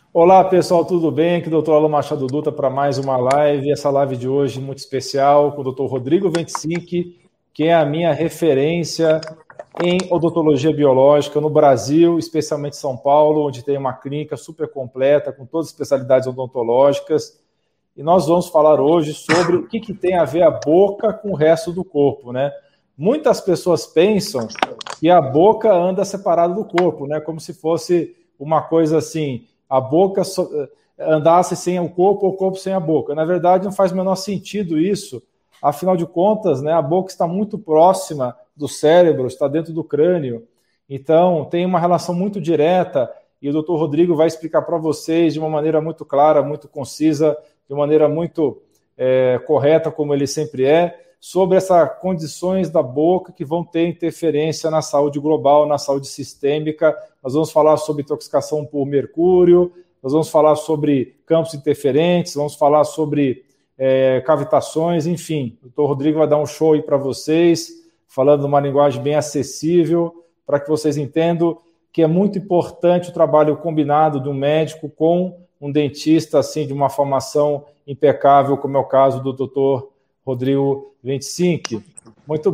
Olá, pessoal, tudo bem? Aqui é o doutor Alan Machado Dutra para mais uma live. Essa live de hoje muito especial com o doutor Rodrigo Ventsinck, que é a minha referência em odontologia biológica no Brasil, especialmente em São Paulo, onde tem uma clínica super completa, com todas as especialidades odontológicas. E nós vamos falar hoje sobre o que tem a ver a boca com o resto do corpo, né? Muitas pessoas pensam que a boca anda separada do corpo, né? Como se fosse uma coisa assim, a boca andasse sem o corpo sem a boca. Na verdade, não faz o menor sentido isso. Afinal de contas, né, a boca está muito próxima do cérebro, está dentro do crânio. Então, tem uma relação muito direta e o doutor Rodrigo vai explicar para vocês de uma maneira muito clara, muito concisa, de maneira muito correta, como ele sempre é, sobre essas condições da boca que vão ter interferência na saúde global, na saúde sistêmica. Nós vamos falar sobre intoxicação por mercúrio, nós vamos falar sobre campos interferentes, vamos falar sobre cavitações, enfim. O doutor Rodrigo vai dar um show aí para vocês, falando numa linguagem bem acessível, para que vocês entendam que é muito importante o trabalho combinado de um médico com um dentista, assim, de uma formação impecável, como é o caso do doutor Rodrigo Ventsinck. Muito bem.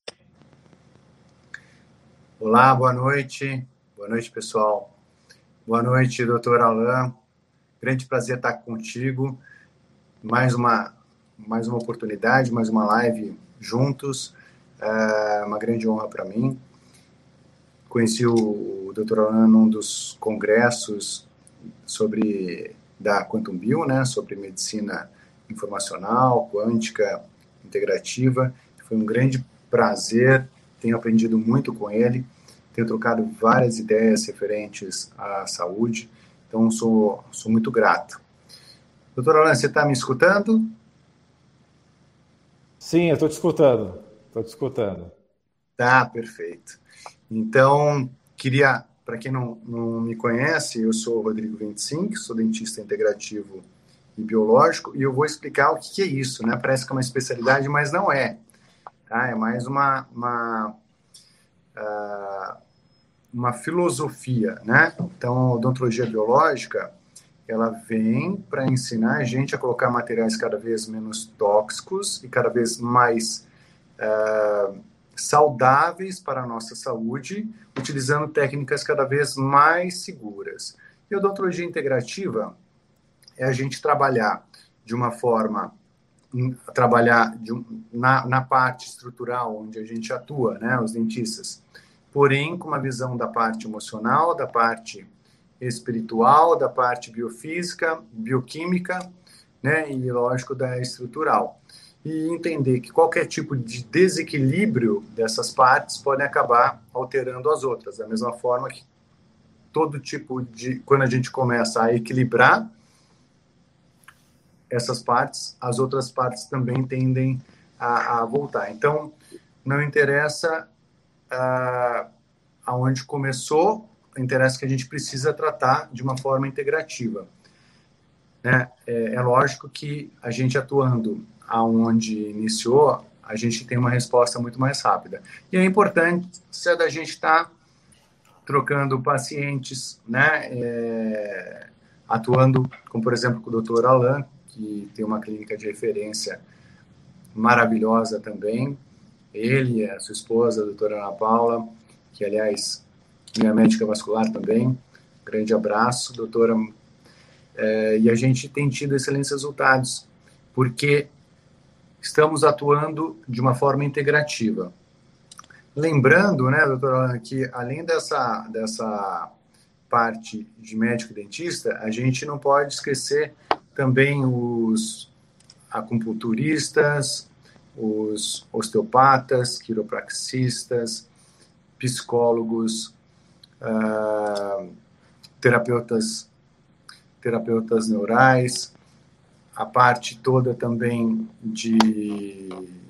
Olá, boa noite. Boa noite, pessoal. Boa noite, doutor Alan. Grande prazer estar contigo. Mais uma oportunidade, mais uma live juntos. É uma grande honra para mim. Conheci o doutor Alan num dos congressos da Quantum Bio, né, sobre medicina informacional, quântica, integrativa. Foi um grande prazer, tenho aprendido muito com ele, tenho trocado várias ideias referentes à saúde, então sou muito grato. Doutor Alan, você está me escutando? Sim, eu estou te escutando. Estou te escutando. Tá, perfeito. Então, para quem não me conhece, eu sou o Rodrigo Ventsinck, sou dentista integrativo e biológico, e eu vou explicar o que é isso, né? Parece que é uma especialidade, mas não é. Tá? É mais uma filosofia, né? Então, a odontologia biológica, ela vem para ensinar a gente a colocar materiais cada vez menos tóxicos e cada vez mais saudáveis para a nossa saúde, utilizando técnicas cada vez mais seguras. E a odontologia integrativa é a gente trabalhar de uma forma, na parte estrutural, onde a gente atua, né, os dentistas, porém com uma visão da parte emocional, da parte espiritual, da parte biofísica, bioquímica, né, e lógico da estrutural. E entender que qualquer tipo de desequilíbrio dessas partes pode acabar alterando as outras, da mesma forma que quando a gente começa a equilibrar essas partes, as outras partes também tendem a voltar. Então, não interessa aonde começou, interessa que a gente precisa tratar de uma forma integrativa. Né? É lógico que a gente atuando aonde iniciou, a gente tem uma resposta muito mais rápida. E é importante da gente estar trocando pacientes, né? Atuando, como por exemplo com o Dr. Alan, que tem uma clínica de referência maravilhosa também. Ele, a sua esposa, a doutora Ana Paula, que aliás, minha médica vascular também. Grande abraço, doutora. E a gente tem tido excelentes resultados, porque estamos atuando de uma forma integrativa. Lembrando, né, doutora, que além dessa parte de médico dentista, a gente não pode esquecer também os acupunturistas, os osteopatas, quiropraxistas, psicólogos, terapeutas neurais, a parte toda também de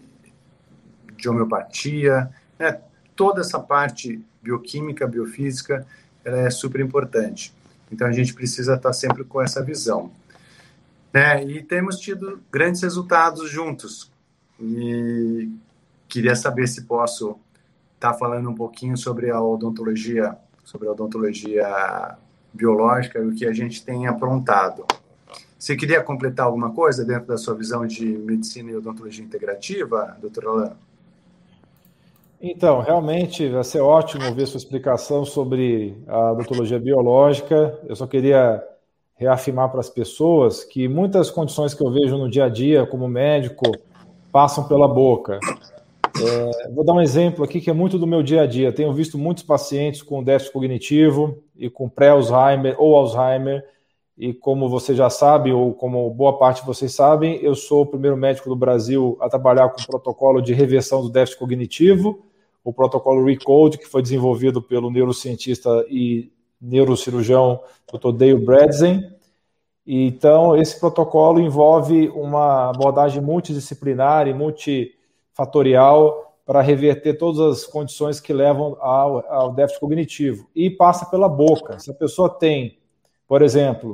homeopatia, né? Toda essa parte bioquímica, biofísica, ela é super importante. Então, a gente precisa estar sempre com essa visão. Né? E temos tido grandes resultados juntos. E queria saber se posso estar falando um pouquinho sobre a odontologia biológica e o que a gente tem aprontado. Você queria completar alguma coisa dentro da sua visão de medicina e odontologia integrativa, doutor Alan? Então, realmente vai ser ótimo ouvir sua explicação sobre a odontologia biológica. Eu só queria reafirmar para as pessoas que muitas condições que eu vejo no dia a dia como médico passam pela boca. Vou dar um exemplo aqui que é muito do meu dia a dia. Tenho visto muitos pacientes com déficit cognitivo e com pré-Alzheimer ou Alzheimer. E como você já sabe, ou como boa parte de vocês sabem, eu sou o primeiro médico do Brasil a trabalhar com o protocolo de reversão do déficit cognitivo, o protocolo RECODE, que foi desenvolvido pelo neurocientista e neurocirurgião Dr. Dale Bredesen. Então, esse protocolo envolve uma abordagem multidisciplinar e multifatorial para reverter todas as condições que levam ao déficit cognitivo. E passa pela boca. Se a pessoa tem, por exemplo,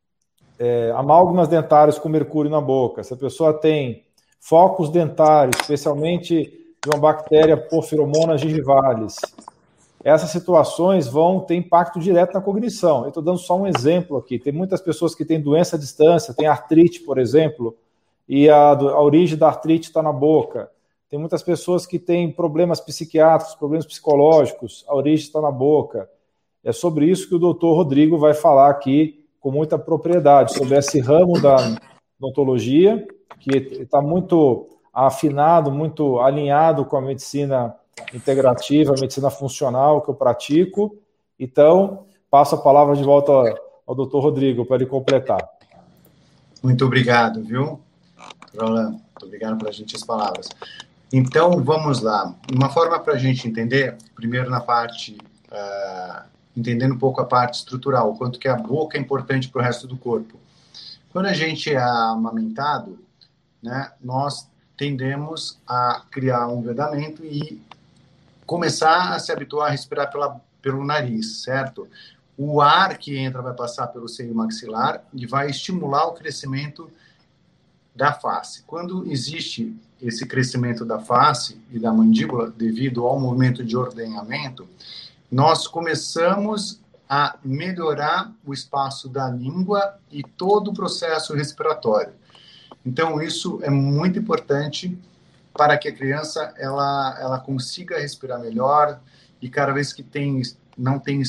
amálgamas dentários com mercúrio na boca, se a pessoa tem focos dentários, especialmente de uma bactéria Porphyromonas gingivalis, essas situações vão ter impacto direto na cognição. Eu estou dando só um exemplo aqui. Tem muitas pessoas que têm doença à distância, tem artrite, por exemplo, e a origem da artrite está na boca. Tem muitas pessoas que têm problemas psiquiátricos, problemas psicológicos, a origem está na boca. É sobre isso que o doutor Rodrigo vai falar aqui com muita propriedade, sobre esse ramo da odontologia, que está muito afinado, muito alinhado com a medicina integrativa, a medicina funcional que eu pratico. Então, passo a palavra de volta ao doutor Rodrigo para ele completar. Muito obrigado, viu, Roland? Muito obrigado pelas gentis palavras. Então, vamos lá. Uma forma para a gente entender, primeiro na parte, entendendo um pouco a parte estrutural, o quanto que a boca é importante para o resto do corpo. Quando a gente é amamentado, né, nós tendemos a criar um vedamento e começar a se habituar a respirar pelo nariz, certo? O ar que entra vai passar pelo seio maxilar e vai estimular o crescimento da face. Quando existe esse crescimento da face e da mandíbula, devido ao movimento de ordenhamento, nós começamos a melhorar o espaço da língua e todo o processo respiratório. Então, isso é muito importante para que a criança ela consiga respirar melhor e cada vez que não tem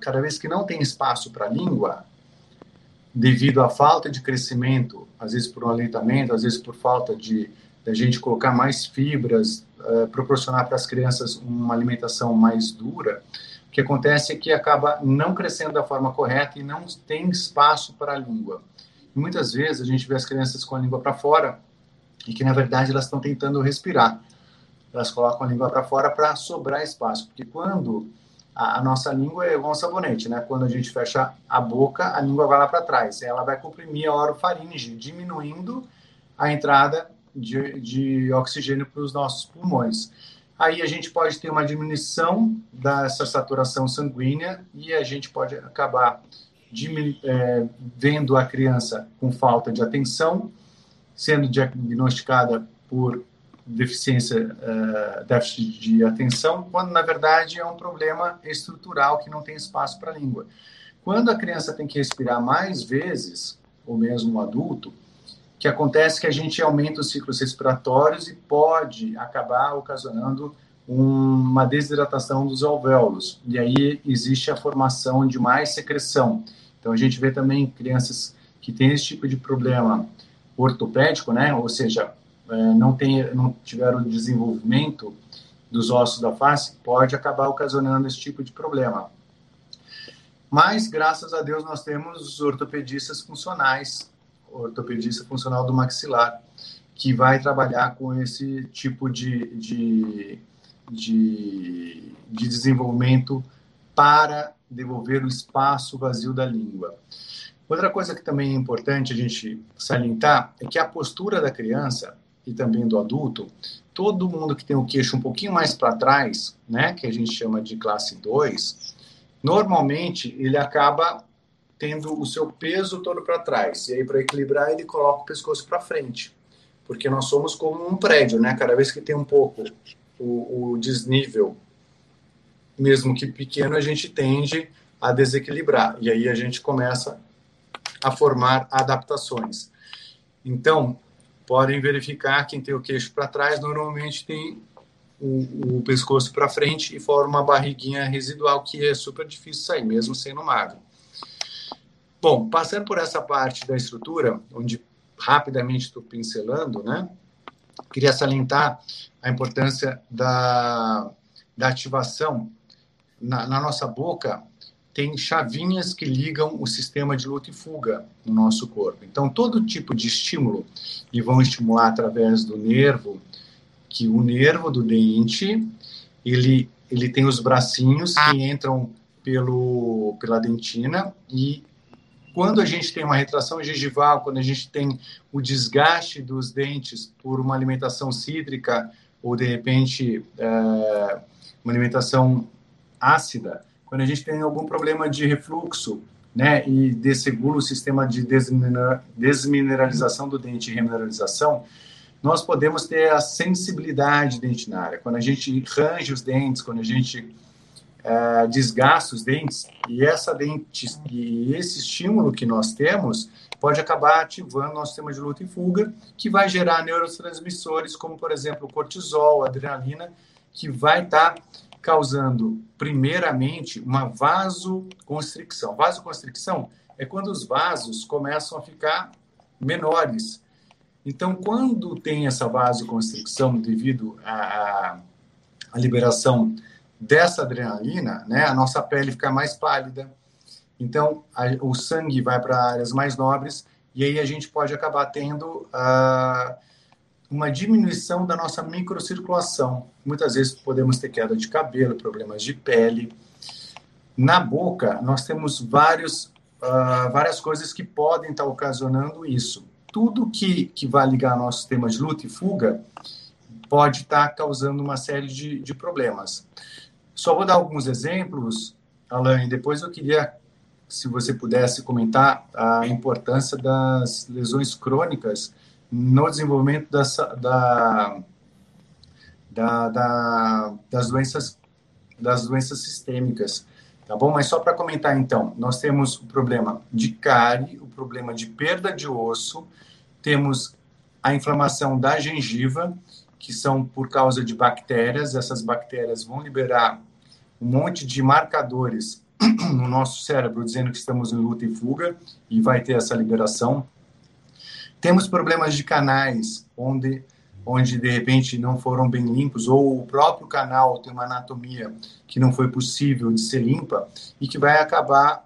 espaço para a língua, devido à falta de crescimento, às vezes por um aleitamento, às vezes por falta de a gente colocar mais fibras, proporcionar para as crianças uma alimentação mais dura, o que acontece é que acaba não crescendo da forma correta e não tem espaço para a língua. E muitas vezes a gente vê as crianças com a língua para fora e que, na verdade, elas estão tentando respirar. Elas colocam a língua para fora para sobrar espaço, porque quando a nossa língua é igual um sabonete, né? Quando a gente fecha a boca, a língua vai lá para trás. Ela vai comprimir a orofaringe, diminuindo a entrada de oxigênio para os nossos pulmões. Aí a gente pode ter uma diminuição dessa saturação sanguínea e a gente pode acabar vendo a criança com falta de atenção, sendo diagnosticada por déficit de atenção, quando na verdade é um problema estrutural que não tem espaço para a língua. Quando a criança tem que respirar mais vezes, ou mesmo o adulto, o que acontece é que a gente aumenta os ciclos respiratórios e pode acabar ocasionando uma desidratação dos alvéolos. E aí existe a formação de mais secreção. Então a gente vê também crianças que têm esse tipo de problema ortopédico, né? Ou seja, não tiveram o desenvolvimento dos ossos da face, pode acabar ocasionando esse tipo de problema. Mas, graças a Deus, nós temos os ortopedistas funcionais, ortopedista funcional do maxilar, que vai trabalhar com esse tipo de desenvolvimento para devolver o espaço vazio da língua. Outra coisa que também é importante a gente salientar é que a postura da criança e também do adulto, todo mundo que tem o queixo um pouquinho mais para trás, né, que a gente chama de classe 2, normalmente ele acaba tendo o seu peso todo para trás. E aí, para equilibrar, ele coloca o pescoço para frente. Porque nós somos como um prédio, né? Cada vez que tem um pouco o desnível, mesmo que pequeno, a gente tende a desequilibrar. E aí a gente começa a formar adaptações. Então, podem verificar, quem tem o queixo para trás, normalmente tem o pescoço para frente e forma uma barriguinha residual, que é super difícil sair, mesmo sendo magro. Bom, passando por essa parte da estrutura, onde rapidamente estou pincelando, né? Queria salientar a importância da ativação. Na nossa boca, tem chavinhas que ligam o sistema de luta e fuga no nosso corpo. Então, todo tipo de estímulo, e vão estimular através do nervo, que o nervo do dente, ele tem os bracinhos que entram pela dentina, e quando a gente tem uma retração gengival, quando a gente tem o desgaste dos dentes por uma alimentação cítrica, ou de repente uma alimentação ácida, quando a gente tem algum problema de refluxo, né, e desregula o sistema de desmineralização do dente e remineralização, nós podemos ter a sensibilidade dentinária. Quando a gente range os dentes, quando a gente desgasta os dentes, e esse estímulo que nós temos pode acabar ativando nosso sistema de luta e fuga, que vai gerar neurotransmissores, como, por exemplo, o cortisol, a adrenalina, que vai estar causando, primeiramente, uma vasoconstricção. Vasoconstricção é quando os vasos começam a ficar menores. Então, quando tem essa vasoconstricção devido à liberação dessa adrenalina, né, a nossa pele fica mais pálida. Então, o sangue vai para áreas mais nobres e aí a gente pode acabar tendo uma diminuição da nossa microcirculação. Muitas vezes podemos ter queda de cabelo, problemas de pele. Na boca, nós temos várias coisas que podem estar ocasionando isso. Tudo que vai ligar nosso sistema de luta e fuga pode estar causando uma série de problemas. Só vou dar alguns exemplos, Alain, e depois eu queria, se você pudesse comentar a importância das lesões crônicas no desenvolvimento das doenças sistêmicas, tá bom? Mas só para comentar, então, nós temos o problema de cárie, o problema de perda de osso, temos a inflamação da gengiva, que são por causa de bactérias. Essas bactérias vão liberar um monte de marcadores no nosso cérebro, dizendo que estamos em luta e fuga, e vai ter essa liberação. Temos problemas de canais, onde de repente não foram bem limpos, ou o próprio canal tem uma anatomia que não foi possível de ser limpa, e que vai acabar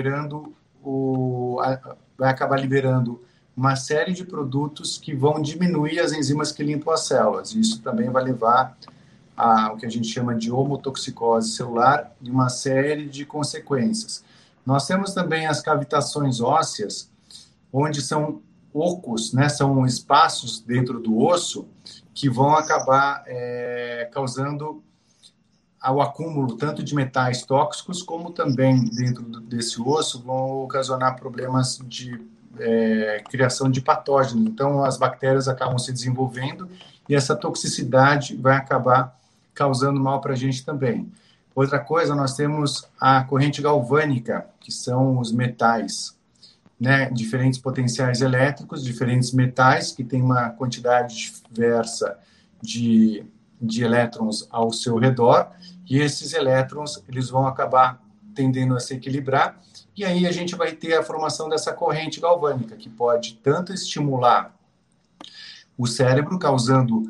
liberando uma série de produtos que vão diminuir as enzimas que limpam as células. Isso também vai levar ao que a gente chama de homotoxicose celular e uma série de consequências. Nós temos também as cavitações ósseas, onde são ocos, né, são espaços dentro do osso que vão acabar causando o acúmulo tanto de metais tóxicos, como também dentro desse osso vão ocasionar problemas de criação de patógenos. Então, as bactérias acabam se desenvolvendo e essa toxicidade vai acabar causando mal para a gente também. Outra coisa, nós temos a corrente galvânica, que são os metais, né? Diferentes potenciais elétricos, diferentes metais que têm uma quantidade diversa de elétrons ao seu redor, e esses elétrons eles vão acabar tendendo a se equilibrar, e aí a gente vai ter a formação dessa corrente galvânica, que pode tanto estimular o cérebro, causando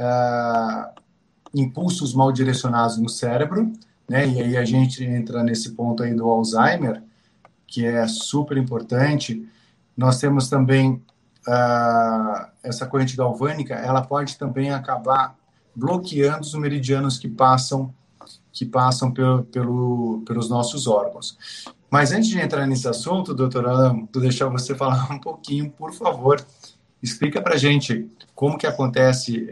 impulsos mal direcionados no cérebro, né? E aí a gente entra nesse ponto aí do Alzheimer, que é super importante. Nós temos também essa corrente galvânica, ela pode também acabar bloqueando os meridianos que passam pelos nossos órgãos. Mas antes de entrar nesse assunto, doutora Alain, vou deixar você falar um pouquinho, por favor. Explica para a gente como que acontece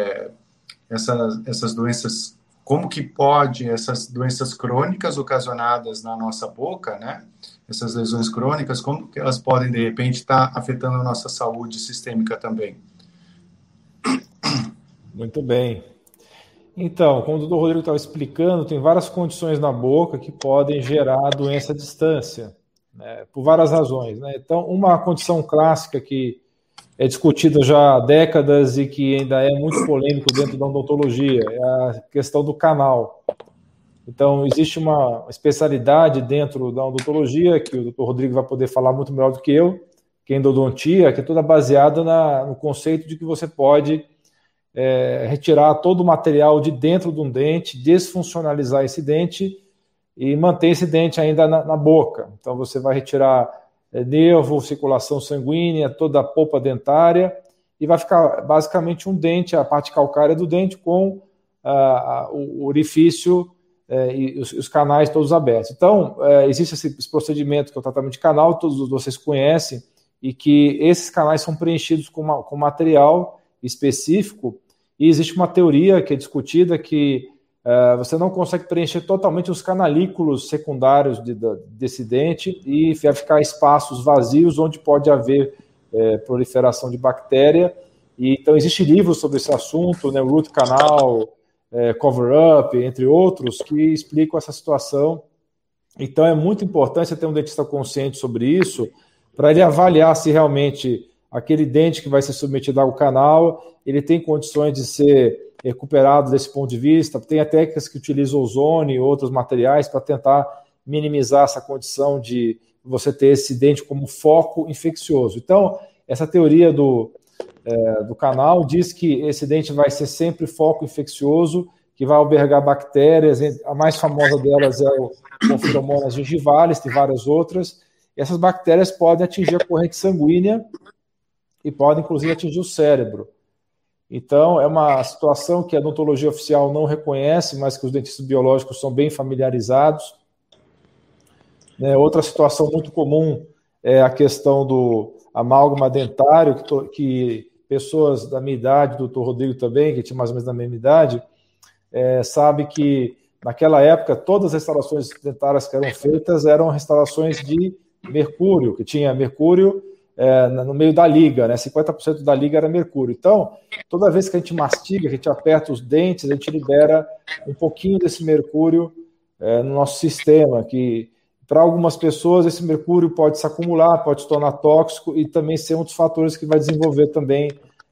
essas doenças, como que pode essas doenças crônicas ocasionadas na nossa boca, né? Essas lesões crônicas, como que elas podem, de repente, estar afetando a nossa saúde sistêmica também. Muito bem. Então, como o doutor Rodrigo estava explicando, tem várias condições na boca que podem gerar doença à distância, né, por várias razões, né? Então, uma condição clássica que é discutida já há décadas e que ainda é muito polêmico dentro da odontologia é a questão do canal. Então, existe uma especialidade dentro da odontologia, que o doutor Rodrigo vai poder falar muito melhor do que eu, que é endodontia, que é toda baseada no conceito de que você pode retirar todo o material de dentro de um dente, desfuncionalizar esse dente e manter esse dente ainda na boca. Então, você vai retirar nervo, circulação sanguínea, toda a polpa dentária, e vai ficar basicamente um dente, a parte calcária do dente, com o orifício e os canais todos abertos. Então, existe esse procedimento que é o tratamento de canal, todos vocês conhecem, e que esses canais são preenchidos com material específico, e existe uma teoria que é discutida que você não consegue preencher totalmente os canalículos secundários desse dente e vai ficar espaços vazios onde pode haver proliferação de bactéria. E, então, existem livros sobre esse assunto, né, root canal, cover-up, entre outros, que explicam essa situação. Então, é muito importante você ter um dentista consciente sobre isso, para ele avaliar se realmente aquele dente que vai ser submetido ao canal, ele tem condições de ser recuperado desse ponto de vista. Tem técnicas que utilizam ozônio e outros materiais para tentar minimizar essa condição de você ter esse dente como foco infeccioso. Então, essa teoria do canal diz que esse dente vai ser sempre foco infeccioso, que vai albergar bactérias. A mais famosa delas é o Pseudomonas gingivalis, tem várias outras. Essas bactérias podem atingir a corrente sanguínea e podem, inclusive, atingir o cérebro. Então, é uma situação que a odontologia oficial não reconhece, mas que os dentistas biológicos são bem familiarizados. Outra situação muito comum é a questão do amálgama dentário, que pessoas da minha idade, o doutor Rodrigo também, que tinha mais ou menos da mesma idade, sabe que, naquela época, todas as restaurações dentárias que eram feitas eram restaurações de mercúrio, que tinha mercúrio no meio da liga, né? 50% da liga era mercúrio. Então, toda vez que a gente mastiga, que a gente aperta os dentes, a gente libera um pouquinho desse mercúrio no nosso sistema, que para algumas pessoas esse mercúrio pode se acumular, pode se tornar tóxico e também ser um dos fatores que vai desenvolver também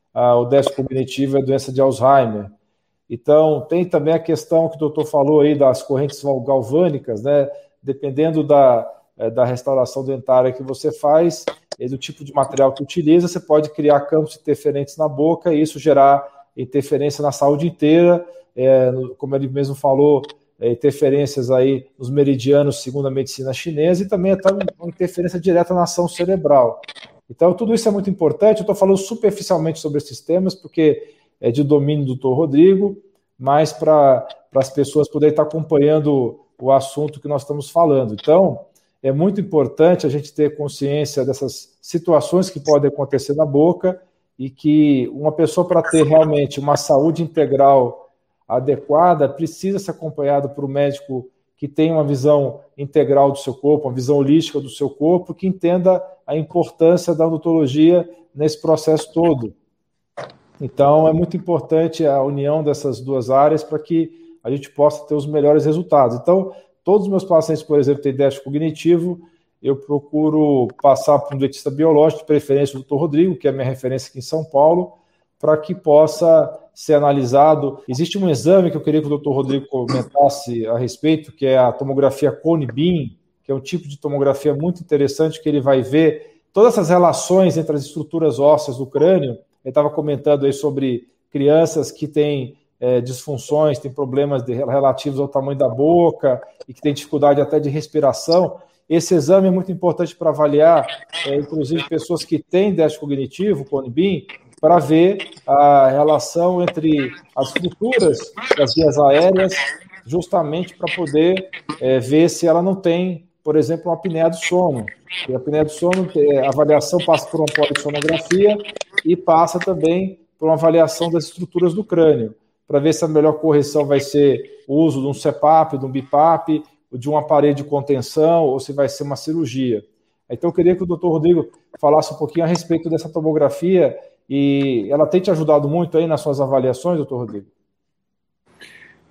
o déficit cognitivo e a doença de Alzheimer. Então, tem também a questão que o doutor falou aí das correntes galvânicas, né? Dependendo da restauração dentária que você faz e do tipo de material que utiliza, você pode criar campos interferentes na boca e isso gerar interferência na saúde inteira, como ele mesmo falou, interferências aí nos meridianos segundo a medicina chinesa e também até uma interferência direta na ação cerebral. Então, tudo isso é muito importante. Eu estou falando superficialmente sobre esses temas porque é de domínio do Dr. Rodrigo, mas para as pessoas poderem estar acompanhando o assunto que nós estamos falando. Então, é muito importante a gente ter consciência dessas situações que podem acontecer na boca e que uma pessoa, para ter realmente uma saúde integral adequada, precisa ser acompanhada por um médico que tenha uma visão integral do seu corpo, uma visão holística do seu corpo, que entenda a importância da odontologia nesse processo todo. Então, é muito importante a união dessas duas áreas para que a gente possa ter os melhores resultados. Então, todos os meus pacientes, por exemplo, têm déficit cognitivo, eu procuro passar para um dentista biológico, de preferência o Dr. Rodrigo, que é a minha referência aqui em São Paulo, para que possa ser analisado. Existe um exame que eu queria que o Dr. Rodrigo comentasse a respeito, que é a tomografia Cone-Beam, que é um tipo de tomografia muito interessante, que ele vai ver todas essas relações entre as estruturas ósseas do crânio. Ele estava comentando aí sobre crianças que têm disfunções, têm problemas relativos ao tamanho da boca e que têm dificuldade até de respiração. Esse exame é muito importante para avaliar, inclusive, pessoas que têm déficit cognitivo, Cone-Beam, para ver a relação entre as estruturas das vias aéreas, justamente para poder ver se ela não tem, por exemplo, uma apneia do sono. E a apneia do sono, a avaliação passa por uma polissonografia e passa também por uma avaliação das estruturas do crânio, para ver se a melhor correção vai ser o uso de um CPAP, de um BIPAP, de um aparelho de contenção, ou se vai ser uma cirurgia. Então, eu queria que o Dr. Rodrigo falasse um pouquinho a respeito dessa tomografia, e ela tem te ajudado muito aí nas suas avaliações, Dr. Rodrigo?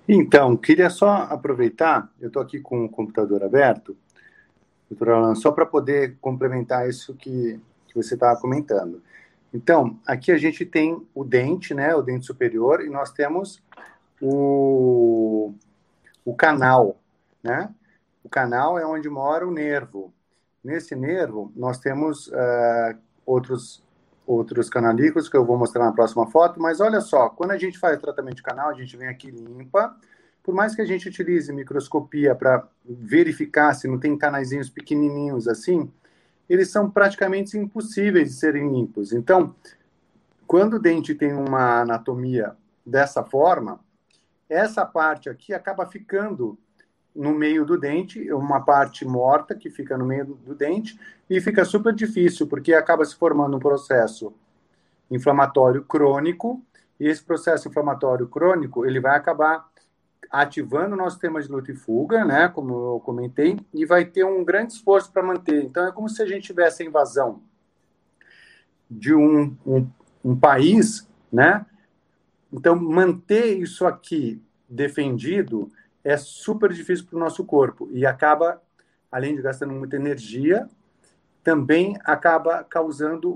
Então, queria só aproveitar, eu estou aqui com o computador aberto, doutor Alan, só para poder complementar isso que você estava comentando. Então, aqui a gente tem o dente, né, o dente superior, e nós temos o canal, né? O canal é onde mora o nervo. Nesse nervo, nós temos outros canalículos que eu vou mostrar na próxima foto, mas olha só, quando a gente faz o tratamento de canal, a gente vem aqui e limpa. Por mais que a gente utilize microscopia para verificar se não tem canaizinhos pequenininhos assim, eles são praticamente impossíveis de serem limpos. Então, quando o dente tem uma anatomia dessa forma, essa parte aqui acaba ficando no meio do dente, uma parte morta que fica no meio do dente, e fica super difícil, porque acaba se formando um processo inflamatório crônico, e esse processo inflamatório crônico, ele vai acabar ativando o nosso sistema de luta e fuga, né, como eu comentei, e vai ter um grande esforço para manter. Então, é como se a gente tivesse a invasão de um país, né? Então, manter isso aqui defendido é super difícil para o nosso corpo e acaba, além de gastando muita energia, também acaba causando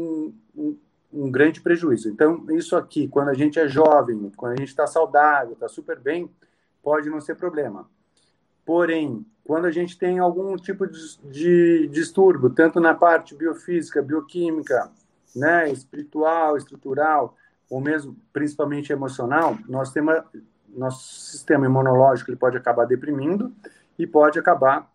um grande prejuízo. Então, isso aqui, quando a gente é jovem, quando a gente está saudável, está super bem, pode não ser problema. Porém, quando a gente tem algum tipo de distúrbio, tanto na parte biofísica, bioquímica, né, espiritual, estrutural, ou mesmo principalmente emocional, nosso sistema imunológico ele pode acabar deprimindo e pode acabar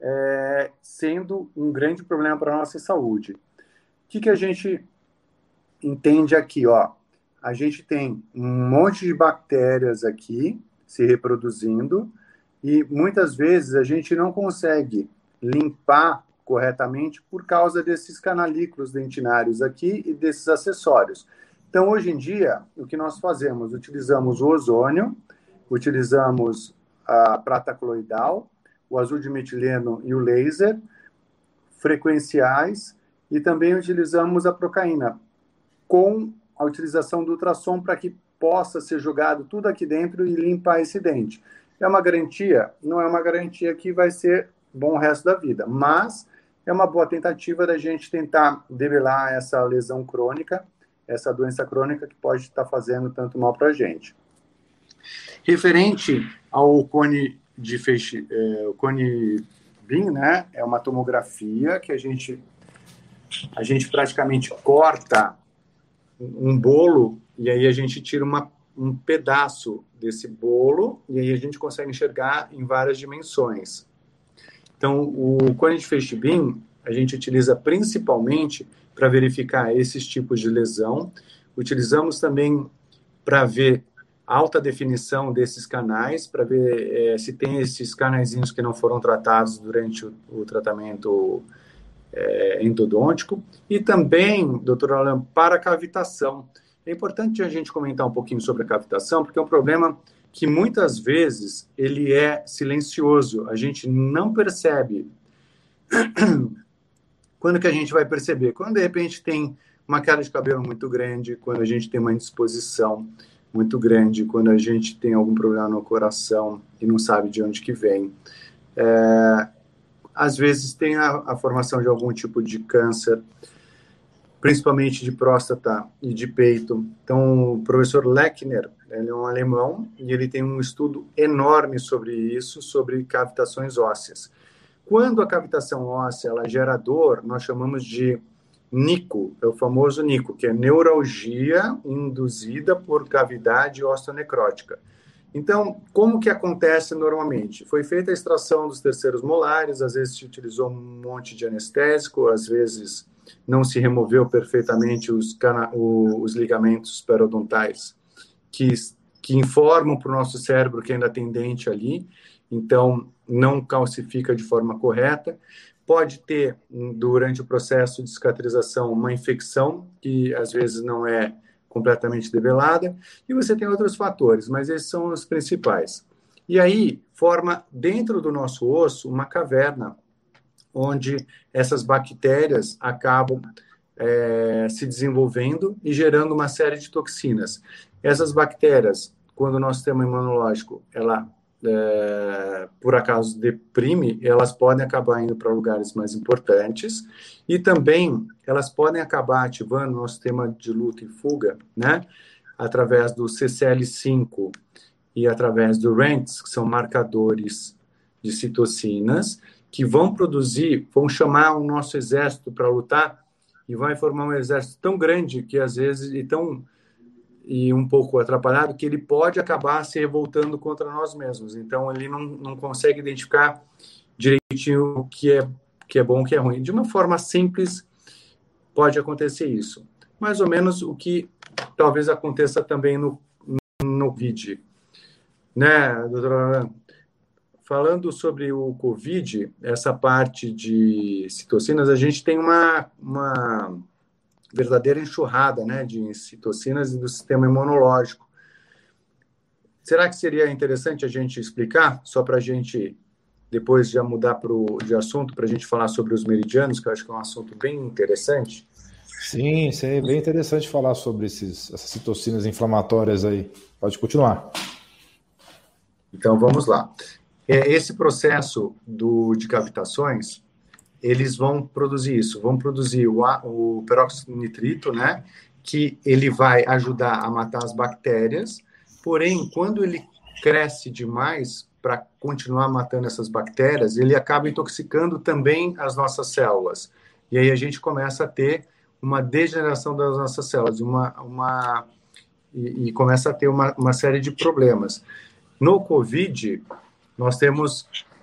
sendo um grande problema para a nossa saúde. O que a gente entende aqui? Ó? A gente tem um monte de bactérias aqui se reproduzindo e muitas vezes a gente não consegue limpar corretamente por causa desses canalículos dentinários aqui e desses acessórios. Então, hoje em dia, o que nós fazemos? Utilizamos o ozônio, utilizamos a prata coloidal, o azul de metileno e o laser, frequenciais, e também utilizamos a procaína, com a utilização do ultrassom para que possa ser jogado tudo aqui dentro e limpar esse dente. É uma garantia? Não é uma garantia que vai ser bom o resto da vida, mas é uma boa tentativa da gente tentar debelar essa lesão crônica, essa doença crônica que pode estar fazendo tanto mal para a gente. Referente ao cone de feixe, o cone BIM, né? É uma tomografia que a gente praticamente corta um bolo e aí a gente tira um pedaço desse bolo e aí a gente consegue enxergar em várias dimensões. Então, o cone de feixe BIM a gente utiliza principalmente para verificar esses tipos de lesão. Utilizamos também para ver alta definição desses canais, para ver se tem esses canaizinhos que não foram tratados durante o tratamento endodôntico. E também, doutor Alan, para a cavitação. É importante a gente comentar um pouquinho sobre a cavitação, porque é um problema que muitas vezes ele é silencioso, a gente não percebe. Quando que a gente vai perceber? Quando, de repente, tem uma queda de cabelo muito grande, quando a gente tem uma indisposição muito grande, quando a gente tem algum problema no coração e não sabe de onde que vem. Às vezes tem a formação de algum tipo de câncer, principalmente de próstata e de peito. Então, o professor Lechner, ele é um alemão, e ele tem um estudo enorme sobre isso, sobre cavitações ósseas. Quando a cavitação óssea ela gera dor, nós chamamos de NICO, é o famoso NICO, que é neuralgia induzida por cavidade osteonecrótica. Então, como que acontece normalmente? Foi feita a extração dos terceiros molares, às vezes se utilizou um monte de anestésico, às vezes não se removeu perfeitamente os ligamentos periodontais que informam para o nosso cérebro que ainda tem dente ali, então não calcifica de forma correta. Pode ter, durante o processo de cicatrização, uma infecção, que às vezes não é completamente debelada, e você tem outros fatores, mas esses são os principais. E aí, forma dentro do nosso osso uma caverna, onde essas bactérias acabam se desenvolvendo e gerando uma série de toxinas. Essas bactérias, quando o nosso sistema imunológico, ela, por acaso, deprime, elas podem acabar indo para lugares mais importantes e também elas podem acabar ativando o nosso sistema de luta e fuga, né? Através do CCL5 e através do RANTS, que são marcadores de citocinas, que vão chamar o nosso exército para lutar e vai formar um exército tão grande que às vezes e um pouco atrapalhado que ele pode acabar se revoltando contra nós mesmos. Então ele não consegue identificar direitinho o que é bom e o que é ruim. De uma forma simples pode acontecer isso. Mais ou menos o que talvez aconteça também no Covid, né, doutora? Falando sobre o Covid, essa parte de citocinas, a gente tem uma verdadeira enxurrada, né, de citocinas e do sistema imunológico. Será que seria interessante a gente explicar, só para a gente depois já mudar de assunto, para a gente falar sobre os meridianos, que eu acho que é um assunto bem interessante? Sim, é bem interessante falar sobre essas citocinas inflamatórias aí. Pode continuar. Então, vamos lá. Esse processo de cavitações, eles vão produzir isso, vão produzir o peróxido de nitrito, né, que ele vai ajudar a matar as bactérias, porém, quando ele cresce demais para continuar matando essas bactérias, ele acaba intoxicando também as nossas células. E aí a gente começa a ter uma degeneração das nossas células, e começa a ter uma série de problemas. No Covid, nós temos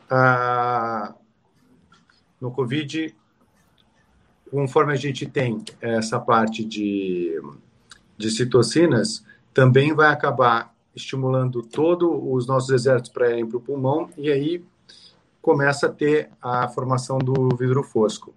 no Covid, conforme a gente tem essa parte de citocinas, também vai acabar estimulando todos os nossos exércitos para irem para o pulmão, e aí começa a ter a formação do vidro fosco.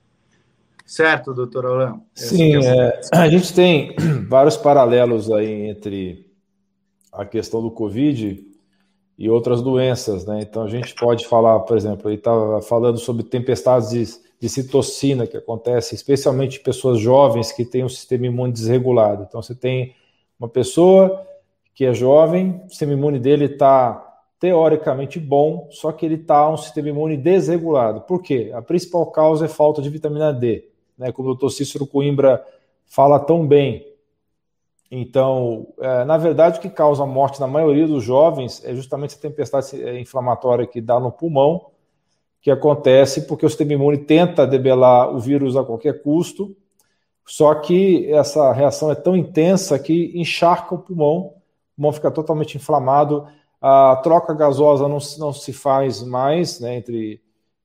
Certo, doutor Alain? Sim, a gente tem vários paralelos aí entre a questão do Covid e outras doenças, né? Então a gente pode falar, por exemplo, ele estava falando sobre tempestades de citocina que acontecem, especialmente em pessoas jovens que têm um sistema imune desregulado. Então você tem uma pessoa que é jovem, o sistema imune dele está teoricamente bom, só que ele está um sistema imune desregulado. Por quê? A principal causa é falta de vitamina D, né? Como o Dr. Cícero Coimbra fala tão bem. Então, na verdade, o que causa a morte na maioria dos jovens é justamente essa tempestade inflamatória que dá no pulmão, que acontece porque o sistema imune tenta debelar o vírus a qualquer custo, só que essa reação é tão intensa que encharca o pulmão fica totalmente inflamado, a troca gasosa não se faz mais, né, entre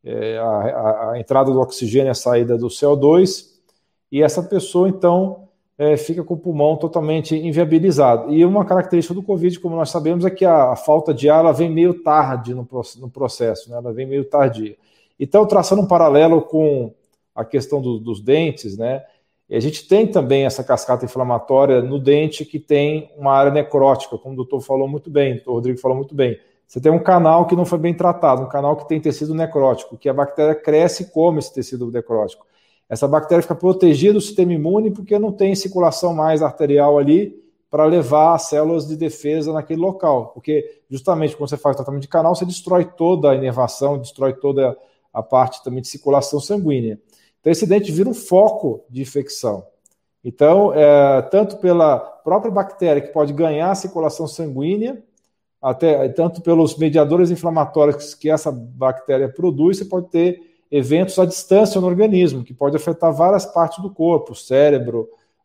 a entrada do oxigênio e a saída do CO2, e essa pessoa, então, fica com o pulmão totalmente inviabilizado. E uma característica do Covid, como nós sabemos, é que a falta de ar ela vem meio tarde no processo, né? Ela vem meio tardia. Então, traçando um paralelo com a questão dos dentes, né? A gente tem também essa cascata inflamatória no dente que tem uma área necrótica, como o doutor falou muito bem, o doutor Rodrigo falou muito bem. Você tem um canal que não foi bem tratado, um canal que tem tecido necrótico, que a bactéria cresce e come esse tecido necrótico. Essa bactéria fica protegida do sistema imune porque não tem circulação mais arterial ali para levar as células de defesa naquele local. Porque justamente quando você faz o tratamento de canal, você destrói toda a inervação, destrói toda a parte também de circulação sanguínea. Então esse dente vira um foco de infecção. Então, tanto pela própria bactéria que pode ganhar a circulação sanguínea, tanto pelos mediadores inflamatórios que essa bactéria produz, você pode ter eventos à distância no organismo, que pode afetar várias partes do corpo, o cérebro,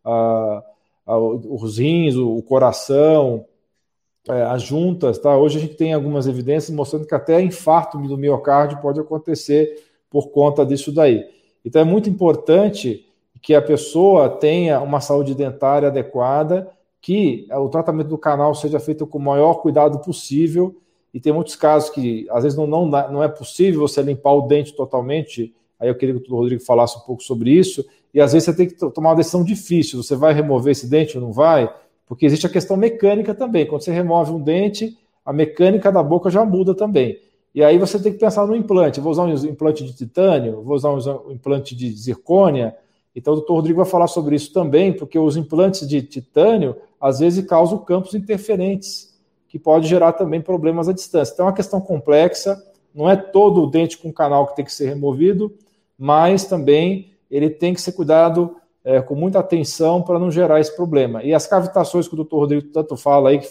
os rins, o coração, as juntas. Tá? Hoje a gente tem algumas evidências mostrando que até infarto do miocárdio pode acontecer por conta disso daí. Então é muito importante que a pessoa tenha uma saúde dentária adequada, que o tratamento do canal seja feito com o maior cuidado possível. E tem muitos casos que, às vezes, não é possível você limpar o dente totalmente. Aí eu queria que o Rodrigo falasse um pouco sobre isso. E, às vezes, você tem que tomar uma decisão difícil. Você vai remover esse dente ou não vai? Porque existe a questão mecânica também. Quando você remove um dente, a mecânica da boca já muda também. E aí você tem que pensar no implante. Vou usar um implante de titânio? Vou usar um implante de zircônia? Então, o doutor Rodrigo vai falar sobre isso também, porque os implantes de titânio, às vezes, causam campos interferentes. que pode gerar também problemas à distância. Então é uma questão complexa, não é todo o dente com canal que tem que ser removido, mas também ele tem que ser cuidado com muita atenção para não gerar esse problema. E as cavitações que o doutor Rodrigo tanto fala aí,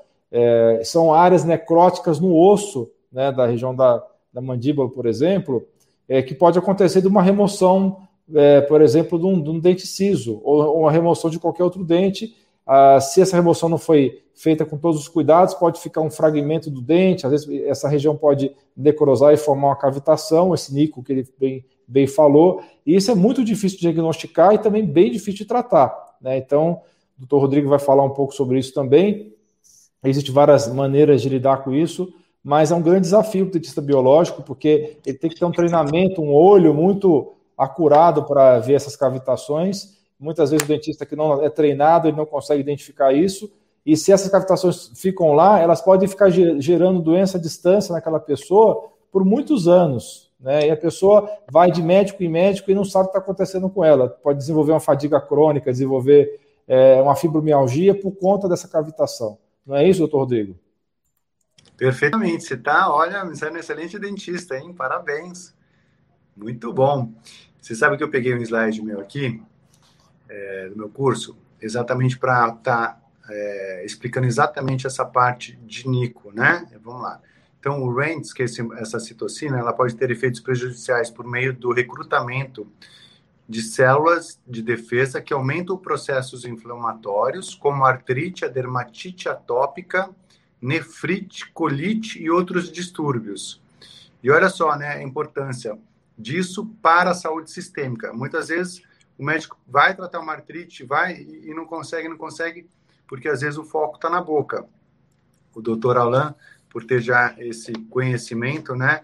são áreas necróticas no osso, né, da região da mandíbula, por exemplo, que pode acontecer de uma remoção, por exemplo, de um dente ciso, ou uma remoção de qualquer outro dente. Se essa remoção não foi feita com todos os cuidados, pode ficar um fragmento do dente, às vezes essa região pode necrosar e formar uma cavitação, esse nico que ele bem falou, e isso é muito difícil de diagnosticar e também bem difícil de tratar, né? Então, o doutor Rodrigo vai falar um pouco sobre isso também. Existem várias maneiras de lidar com isso, mas é um grande desafio para o dentista biológico, porque ele tem que ter um treinamento, um olho muito acurado para ver essas cavitações. Muitas vezes o dentista que não é treinado, ele não consegue identificar isso, e se essas cavitações ficam lá, elas podem ficar gerando doença à distância naquela pessoa por muitos anos, né? E a pessoa vai de médico em médico e não sabe o que está acontecendo com ela. Pode desenvolver uma fadiga crônica, desenvolver uma fibromialgia por conta dessa cavitação. Não é isso, doutor Rodrigo? Perfeitamente. Você está, olha, você é um excelente dentista, hein? Parabéns. Muito bom. Você sabe que eu peguei um slide meu aqui, do meu curso, exatamente para estar explicando exatamente essa parte de nico, né? Vamos lá. Então, o RANDS, que é essa citocina, ela pode ter efeitos prejudiciais por meio do recrutamento de células de defesa que aumentam processos inflamatórios, como artrite, a dermatite atópica, nefrite, colite e outros distúrbios. E olha só, né, a importância disso para a saúde sistêmica. Muitas vezes o médico vai tratar uma artrite, vai e não consegue, porque às vezes o foco está na boca. O doutor Alain, por ter já esse conhecimento, né,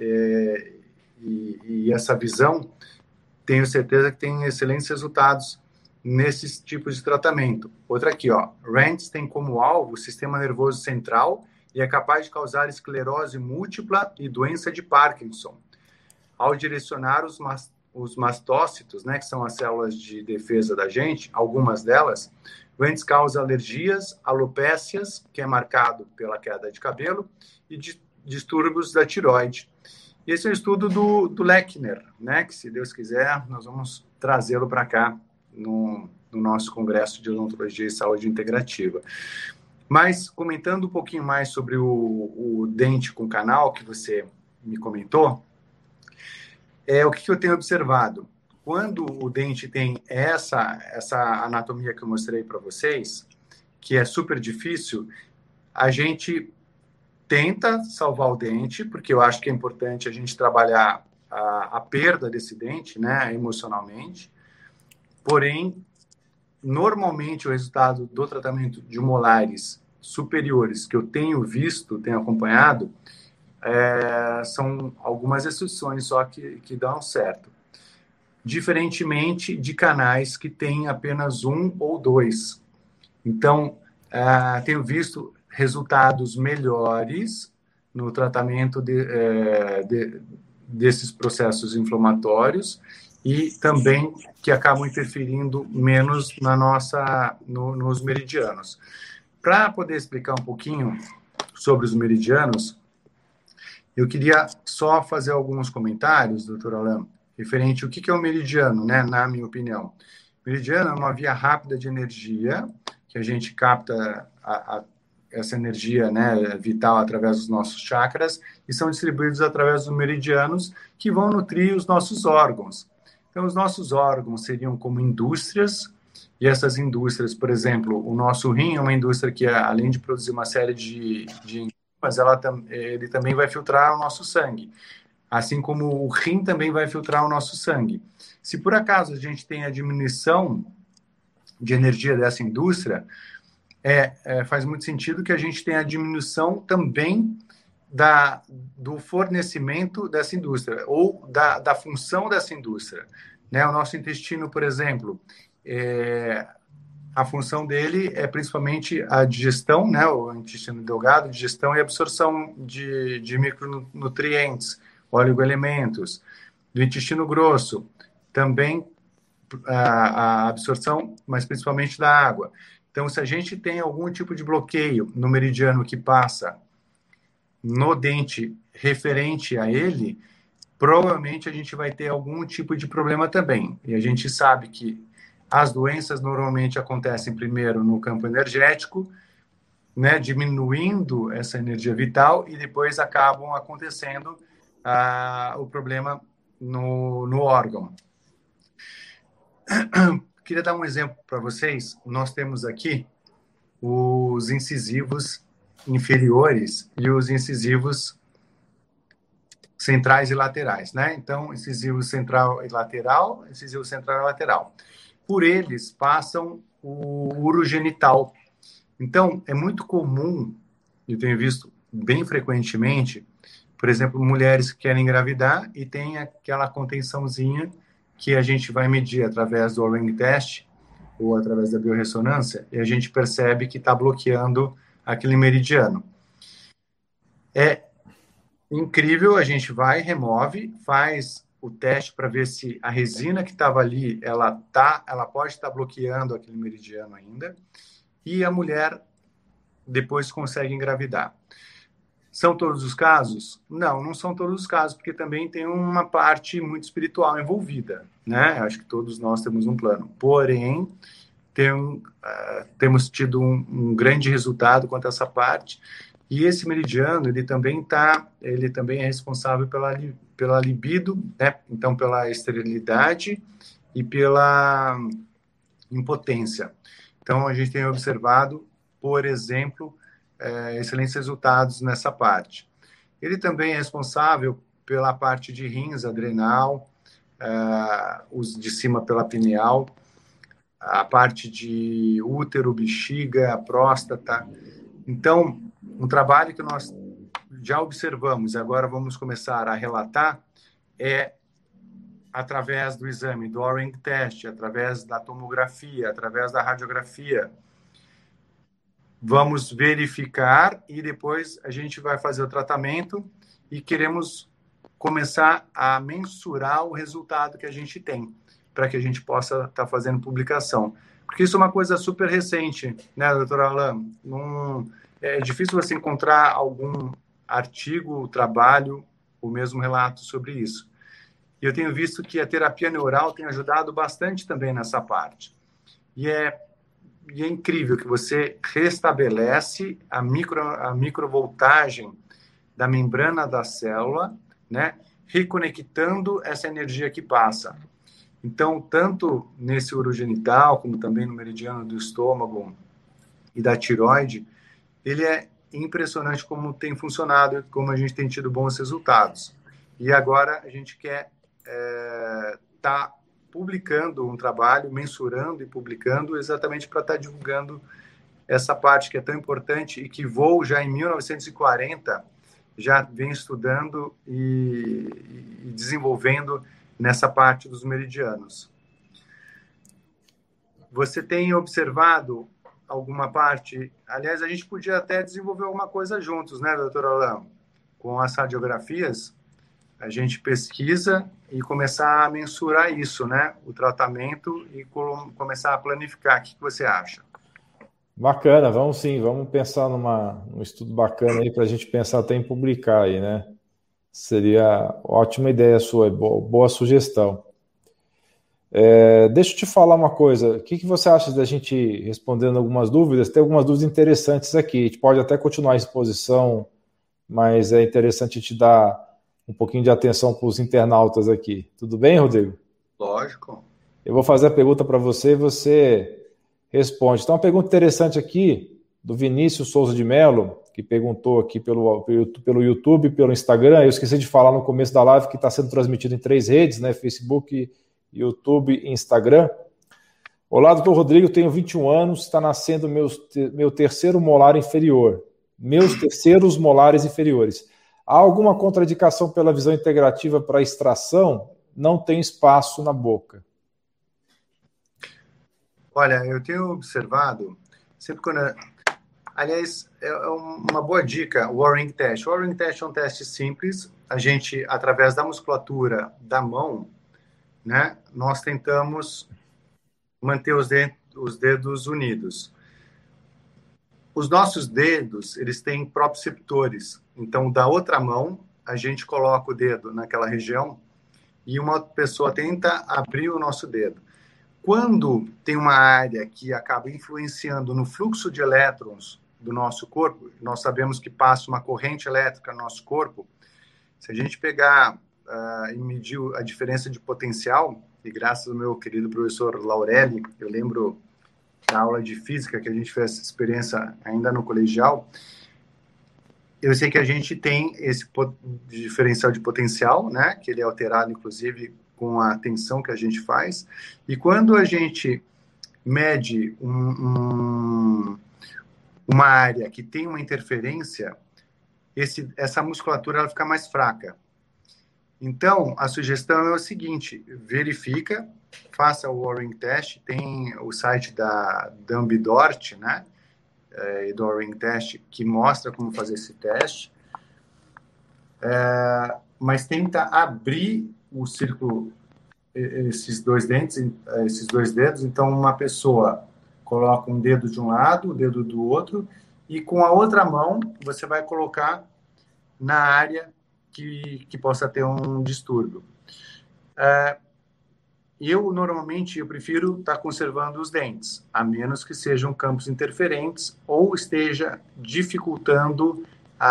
e essa visão, tenho certeza que tem excelentes resultados nesses tipos de tratamento. Outra aqui, ó, RANDS tem como alvo o sistema nervoso central e é capaz de causar esclerose múltipla e doença de Parkinson. Ao direcionar os mastócitos, né, que são as células de defesa da gente, algumas delas, RANDS causa alergias, alopécias, que é marcado pela queda de cabelo, e distúrbios da tireoide. Esse é o estudo do Lechner, né, que, se Deus quiser, nós vamos trazê-lo para cá no nosso Congresso de Odontologia e Saúde Integrativa. Mas, comentando um pouquinho mais sobre o dente com canal, que você me comentou, o que eu tenho observado? Quando o dente tem essa anatomia que eu mostrei para vocês, que é super difícil, a gente tenta salvar o dente, porque eu acho que é importante a gente trabalhar a perda desse dente, né, emocionalmente. Porém, normalmente o resultado do tratamento de molares superiores que eu tenho visto, tenho acompanhado, são algumas exceções só que dão certo. Diferentemente de canais que têm apenas um ou dois. Então, tenho visto resultados melhores no tratamento desses processos inflamatórios e também que acabam interferindo menos nos meridianos. Para poder explicar um pouquinho sobre os meridianos, eu queria só fazer alguns comentários, doutor Alain, referente ao que é o meridiano, né, na minha opinião. Meridiano é uma via rápida de energia, que a gente capta essa energia, né, vital através dos nossos chakras, e são distribuídos através dos meridianos, que vão nutrir os nossos órgãos. Então, os nossos órgãos seriam como indústrias, e essas indústrias, por exemplo, o nosso rim é uma indústria que, além de produzir uma série de enzimas, ele também vai filtrar o nosso sangue. Assim como o rim também vai filtrar o nosso sangue. Se por acaso a gente tem a diminuição de energia dessa indústria, faz muito sentido que a gente tenha a diminuição também do fornecimento dessa indústria, ou da função dessa indústria. Né? O nosso intestino, por exemplo, a função dele é principalmente a digestão, né? O intestino delgado, digestão e absorção de micronutrientes, oligoelementos. Do intestino grosso, também a absorção, mas principalmente da água. Então, se a gente tem algum tipo de bloqueio no meridiano que passa no dente referente a ele, provavelmente a gente vai ter algum tipo de problema também. E a gente sabe que as doenças normalmente acontecem primeiro no campo energético, né, diminuindo essa energia vital e depois acabam acontecendo o problema no órgão. Queria dar um exemplo para vocês. Nós temos aqui os incisivos inferiores e os incisivos centrais e laterais, né? Então, incisivo central e lateral, incisivo central e lateral. Por eles passam o urogenital. Então, é muito comum, eu tenho visto bem frequentemente, por exemplo, mulheres que querem engravidar e tem aquela contençãozinha que a gente vai medir através do O-ring test ou através da biorressonância e a gente percebe que está bloqueando aquele meridiano. É incrível, a gente vai, remove, faz o teste para ver se a resina que estava ali, ela pode estar bloqueando aquele meridiano ainda, e a mulher depois consegue engravidar. São todos os casos? Não, não são todos os casos, porque também tem uma parte muito espiritual envolvida, né? Acho que todos nós temos um plano. Porém, temos tido um grande resultado quanto a essa parte. E esse meridiano, ele também é responsável pela libido, né? Então, pela esterilidade e pela impotência. Então, a gente tem observado, por exemplo, excelentes resultados nessa parte. Ele também é responsável pela parte de rins, adrenal, os de cima pela pineal, a parte de útero, bexiga, próstata. Então, um trabalho que nós já observamos e agora vamos começar a relatar é através do exame do O-ring test, através da tomografia, através da radiografia. Vamos verificar e depois a gente vai fazer o tratamento e queremos começar a mensurar o resultado que a gente tem, para que a gente possa estar fazendo publicação. Porque isso é uma coisa super recente, né, doutora Alain? É difícil você encontrar algum artigo, trabalho, o mesmo relato sobre isso. E eu tenho visto que a terapia neural tem ajudado bastante também nessa parte. E é incrível que você restabelece a microvoltagem da membrana da célula, né, reconectando essa energia que passa. Então, tanto nesse urogenital, como também no meridiano do estômago e da tireoide, ele é impressionante como tem funcionado, como a gente tem tido bons resultados. E agora a gente quer tá publicando um trabalho, mensurando e publicando exatamente para estar divulgando essa parte que é tão importante e que Voll já em 1940 já vem estudando e desenvolvendo nessa parte dos meridianos. Você tem observado alguma parte? Aliás, a gente podia até desenvolver alguma coisa juntos, né, doutor Alain? Com as radiografias, a gente pesquisa e começar a mensurar isso, né? O tratamento e começar a planificar. O que você acha? Bacana, vamos sim, vamos pensar num estudo bacana aí para a gente pensar até em publicar aí, né? Seria ótima ideia sua, boa sugestão. Deixa eu te falar uma coisa, o que você acha da gente respondendo algumas dúvidas? Tem algumas dúvidas interessantes aqui, a gente pode até continuar a exposição, mas é interessante te dar um pouquinho de atenção para os internautas aqui. Tudo bem, Rodrigo? Lógico. Eu vou fazer a pergunta para você e você responde. Então, uma pergunta interessante aqui do Vinícius Souza de Mello, que perguntou aqui pelo YouTube, pelo Instagram. Eu esqueci de falar no começo da live que está sendo transmitido em 3 redes, né? Facebook, YouTube e Instagram. Olá, doutor Rodrigo, tenho 21 anos, está nascendo meu terceiro molar inferior. Meus terceiros molares inferiores. Há alguma contraindicação pela visão integrativa para extração? Não tem espaço na boca. Olha, eu tenho observado, sempre quando... Aliás, é uma boa dica, o O-ring test. O O-ring test é um teste simples. A gente, através da musculatura da mão, né, nós tentamos manter os dedos unidos. Os nossos dedos, eles têm proprioceptores. Então, da outra mão, a gente coloca o dedo naquela região e uma pessoa tenta abrir o nosso dedo. Quando tem uma área que acaba influenciando no fluxo de elétrons do nosso corpo, nós sabemos que passa uma corrente elétrica no nosso corpo. Se a gente pegar e medir a diferença de potencial, e graças ao meu querido professor Laurelli, eu lembro da aula de física que a gente fez essa experiência ainda no colegial, eu sei que a gente tem esse diferencial de potencial, né, que ele é alterado, inclusive, com a tensão que a gente faz, e quando a gente mede uma área que tem uma interferência, essa musculatura ela fica mais fraca. Então, a sugestão é o seguinte, verifica, faça o O-Ring Test, tem o site da Dambidort, né, do O-Ring Test, que mostra como fazer esse teste, mas tenta abrir o círculo, esses dois dentes, esses dois dedos. Então, uma pessoa coloca um dedo de um lado, o dedo do outro, e com a outra mão você vai colocar na área que possa ter um distúrbio. Normalmente, eu prefiro estar conservando os dentes, a menos que sejam campos interferentes ou esteja dificultando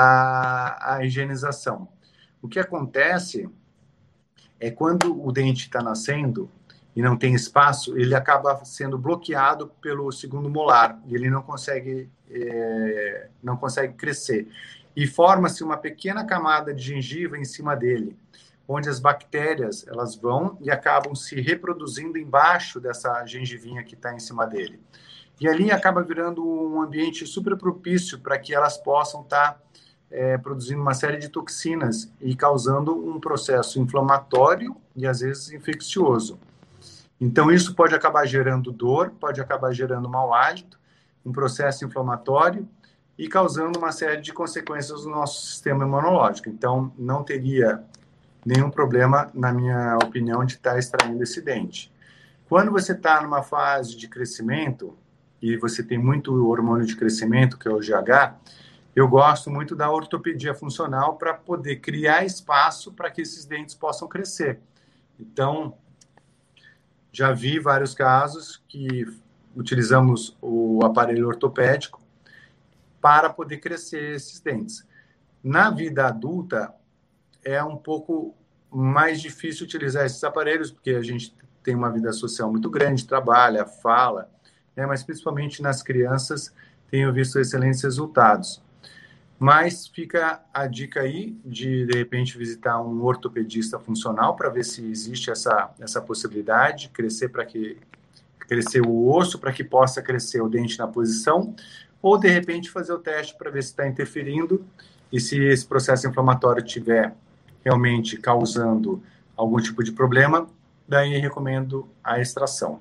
a higienização. O que acontece é quando o dente está nascendo e não tem espaço, ele acaba sendo bloqueado pelo segundo molar e ele não consegue crescer. E forma-se uma pequena camada de gengiva em cima dele, onde as bactérias elas vão e acabam se reproduzindo embaixo dessa gengivinha que está em cima dele. E ali acaba virando um ambiente super propício para que elas possam estar produzindo uma série de toxinas e causando um processo inflamatório e, às vezes, infeccioso. Então, isso pode acabar gerando dor, pode acabar gerando mau hálito, um processo inflamatório e causando uma série de consequências no nosso sistema imunológico. Então, não teria nenhum problema, na minha opinião, de estar extraindo esse dente. Quando você está numa fase de crescimento e você tem muito hormônio de crescimento, que é o GH, eu gosto muito da ortopedia funcional para poder criar espaço para que esses dentes possam crescer. Então, já vi vários casos que utilizamos o aparelho ortopédico para poder crescer esses dentes. Na vida adulta, é um pouco mais difícil utilizar esses aparelhos, porque a gente tem uma vida social muito grande, trabalha, fala, né? Mas principalmente nas crianças, tenho visto excelentes resultados. Mas fica a dica aí de repente, visitar um ortopedista funcional para ver se existe essa possibilidade, crescer o osso, para que possa crescer o dente na posição, ou, de repente, fazer o teste para ver se está interferindo e se esse processo inflamatório estiver realmente causando algum tipo de problema, daí recomendo a extração.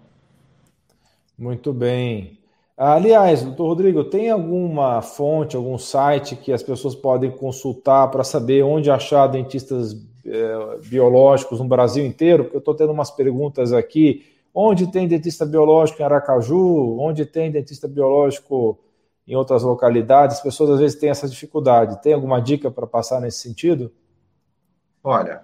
Muito bem. Aliás, doutor Rodrigo, tem alguma fonte, algum site que as pessoas podem consultar para saber onde achar dentistas biológicos no Brasil inteiro? Porque eu estou tendo umas perguntas aqui. Onde tem dentista biológico em Aracaju? Onde tem dentista biológico em outras localidades? As pessoas às vezes têm essa dificuldade. Tem alguma dica para passar nesse sentido? Olha,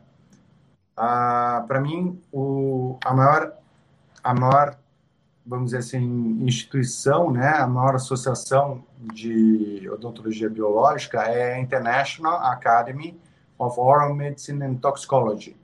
para mim, a maior, vamos dizer assim, instituição, né, a maior associação de odontologia biológica é a International Academy of Oral Medicine and Toxicology,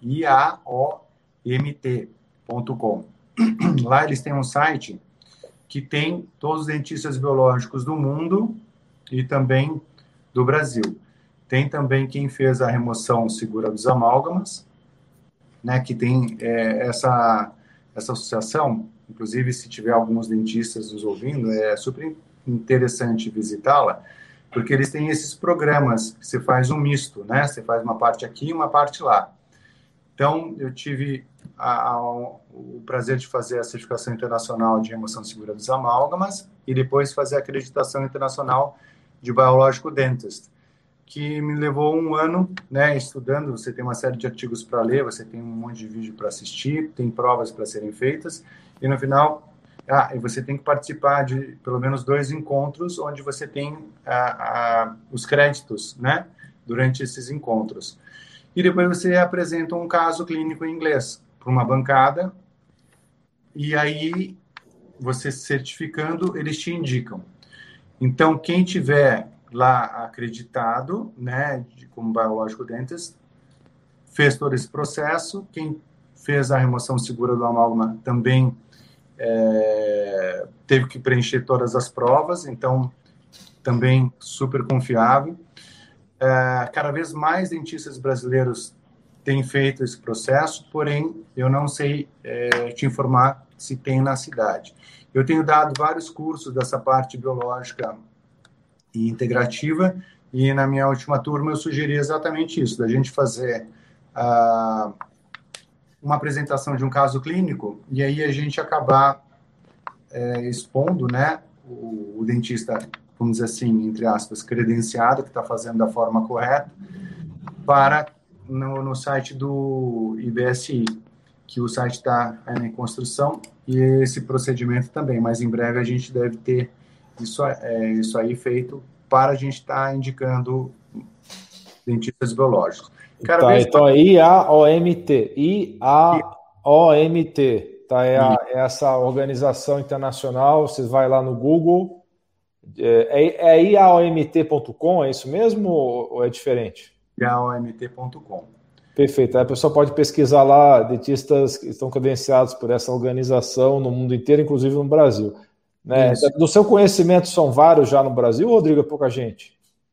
IAOMT.com. Lá eles têm um site que tem todos os dentistas biológicos do mundo e também do Brasil. Tem também quem fez a remoção segura dos amálgamas, né, que tem essa associação. Inclusive, se tiver alguns dentistas nos ouvindo, é super interessante visitá-la, porque eles têm esses programas que você faz um misto, né? Você faz uma parte aqui e uma parte lá. Então, eu tive o prazer de fazer a certificação internacional de remoção segura dos amálgamas e depois fazer a acreditação internacional de Biological Dentist, que me levou um ano, né, estudando. Você tem uma série de artigos para ler, você tem um monte de vídeo para assistir, tem provas para serem feitas, e no final E você tem que participar de pelo menos 2 encontros onde você tem os créditos, né? Durante esses encontros. E depois você apresenta um caso clínico em inglês para uma bancada, e aí você certificando, eles te indicam. Então, quem tiver lá acreditado, né, como Biological Dentist, fez todo esse processo. Quem fez a remoção segura do amálgama também teve que preencher todas as provas, então também super confiável. Cada vez mais dentistas brasileiros têm feito esse processo, porém eu não sei te informar se tem na cidade. Eu tenho dado vários cursos dessa parte biológica e integrativa, e na minha última turma eu sugeri exatamente isso, da gente fazer uma apresentação de um caso clínico, e aí a gente acabar expondo, né, o dentista, vamos dizer assim, entre aspas, credenciado, que está fazendo da forma correta, para no site do IBSI, que o site está em construção, e esse procedimento também, mas em breve a gente deve ter isso aí feito para a gente estar indicando dentistas biológicos. Tá, então é IAOMT. IAOMT. Tá, essa organização internacional, você vai lá no Google, iaomt.com, é isso mesmo ou é diferente? iaomt.com. Perfeito. Aí a pessoa pode pesquisar lá dentistas que estão credenciados por essa organização no mundo inteiro, inclusive no Brasil. Né? Do seu conhecimento, são vários já no Brasil, Rodrigo? É pouca gente?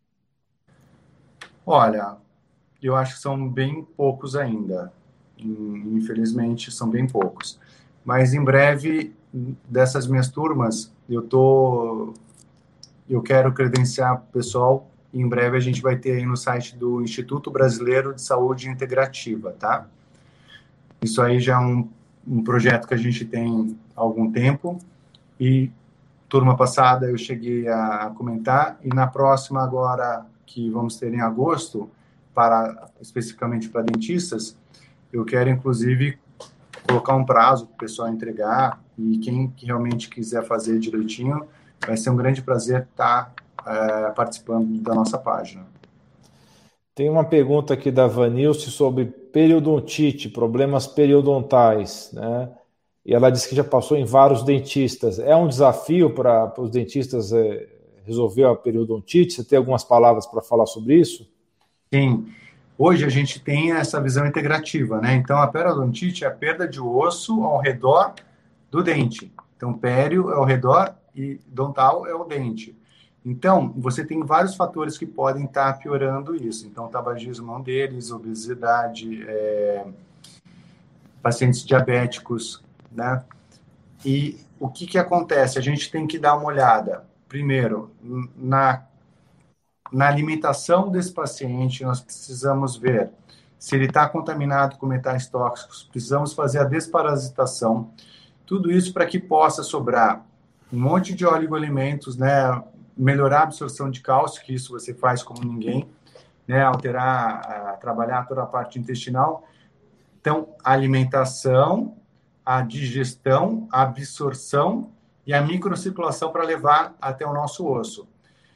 Olha, eu acho que são bem poucos ainda. Infelizmente, são bem poucos. Mas em breve, dessas minhas turmas, eu quero credenciar o pessoal. E em breve a gente vai ter aí no site do Instituto Brasileiro de Saúde Integrativa, tá? Isso aí já é um projeto que a gente tem há algum tempo. E turma passada eu cheguei a comentar. E na próxima agora, que vamos ter em agosto, especificamente para dentistas, eu quero, inclusive, colocar um prazo para o pessoal entregar, e quem realmente quiser fazer direitinho, vai ser um grande prazer estar participando da nossa página. Tem uma pergunta aqui da Vanilce sobre periodontite, problemas periodontais, né? E ela disse que já passou em vários dentistas. É um desafio para os dentistas resolver a periodontite? Você tem algumas palavras para falar sobre isso? Sim. Hoje a gente tem essa visão integrativa, né? Então, a periodontite é a perda de osso ao redor do dente. Então, pério é ao redor e dontal é o dente. Então, você tem vários fatores que podem estar piorando isso. Então, tabagismo é um deles, obesidade, pacientes diabéticos, né? E o que acontece? A gente tem que dar uma olhada, primeiro, na alimentação desse paciente. Nós precisamos ver se ele está contaminado com metais tóxicos, precisamos fazer a desparasitação, tudo isso para que possa sobrar um monte de oligoelementos, né? Melhorar a absorção de cálcio, que isso você faz como ninguém, né? Trabalhar toda a parte intestinal. Então, a alimentação, a digestão, a absorção e a microcirculação para levar até o nosso osso.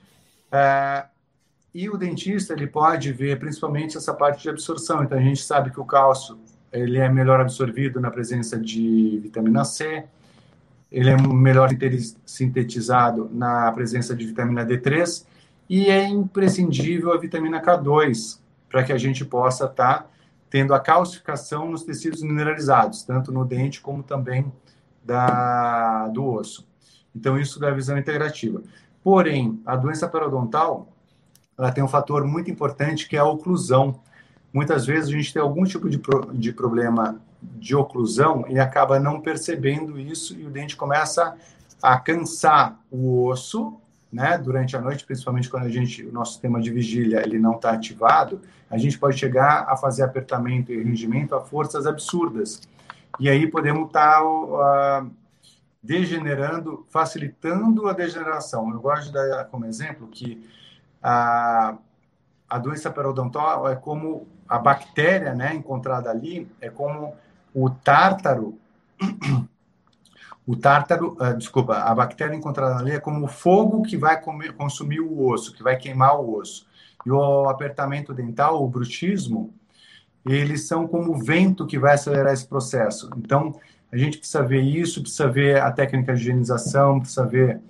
E o dentista, ele pode ver principalmente essa parte de absorção. Então, a gente sabe que o cálcio ele é melhor absorvido na presença de vitamina C, ele é melhor sintetizado na presença de vitamina D3, e é imprescindível a vitamina K2 para que a gente possa estar tendo a calcificação nos tecidos mineralizados, tanto no dente como também do osso. Então, isso da visão integrativa. Porém, a doença periodontal, ela tem um fator muito importante, que é a oclusão. Muitas vezes a gente tem algum tipo de problema de oclusão e acaba não percebendo isso, e o dente começa a cansar o osso, né, durante a noite, principalmente quando o nosso sistema de vigília ele não está ativado. A gente pode chegar a fazer apertamento e rendimento a forças absurdas. E aí podemos estar degenerando, facilitando a degeneração. Eu gosto de dar como exemplo que a doença periodontal é como a bactéria, né, encontrada ali, é como o tártaro o tártaro, a bactéria encontrada ali é como o fogo que vai consumir o osso, que vai queimar o osso. E o apertamento dental, o bruxismo, eles são como o vento que vai acelerar esse processo. Então, a gente precisa ver isso, precisa ver a técnica de higienização, precisa ver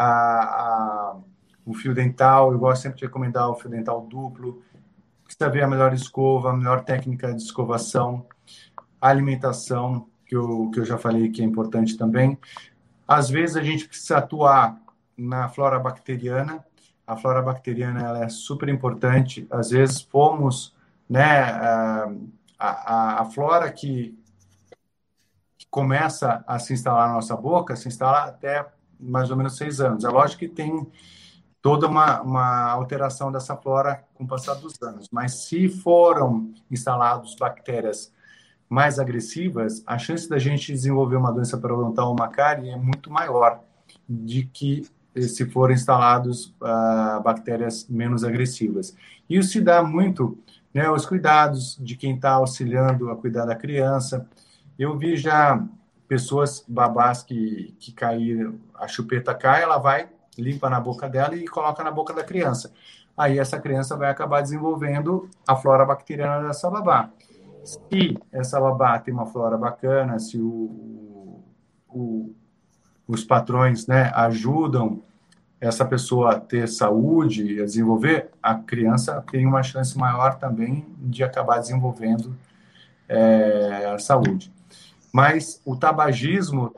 o fio dental. Eu gosto sempre de recomendar o fio dental duplo. Precisa ver a melhor escova, a melhor técnica de escovação, a alimentação, que eu já falei que é importante também. Às vezes, a gente precisa atuar na flora bacteriana. A flora bacteriana ela é super importante. Às vezes, fomos... né, a flora que começa a se instalar na nossa boca, se instala até mais ou menos 6 anos. É lógico que tem toda uma alteração dessa flora com o passar dos anos, mas se foram instalados bactérias mais agressivas, a chance da gente desenvolver uma doença periodontal ou uma cárie é muito maior de que se forem instalados bactérias menos agressivas. Isso se dá muito, né, os cuidados de quem está auxiliando a cuidar da criança. Eu vi já pessoas, babás que caíram, a chupeta cai, ela vai, limpa na boca dela e coloca na boca da criança. Aí essa criança vai acabar desenvolvendo a flora bacteriana dessa babá. Se essa babá tem uma flora bacana, se os patrões, né, ajudam essa pessoa a ter saúde, a desenvolver, a criança tem uma chance maior também de acabar desenvolvendo a saúde. Mas o tabagismo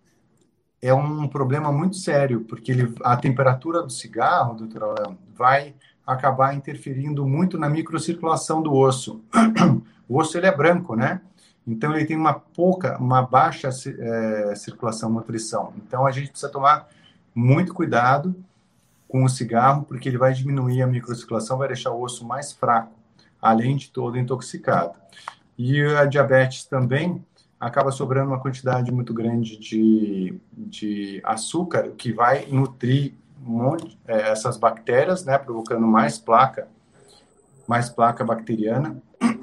é um problema muito sério, porque a temperatura do cigarro, doutor Léo, vai acabar interferindo muito na microcirculação do osso. O osso ele é branco, né? Então ele tem uma baixa circulação, nutrição. Então a gente precisa tomar muito cuidado com o cigarro, porque ele vai diminuir a microcirculação, vai deixar o osso mais fraco, além de todo intoxicado. E a diabetes também acaba sobrando uma quantidade muito grande de açúcar, que vai nutrir essas bactérias, né, provocando mais placa bacteriana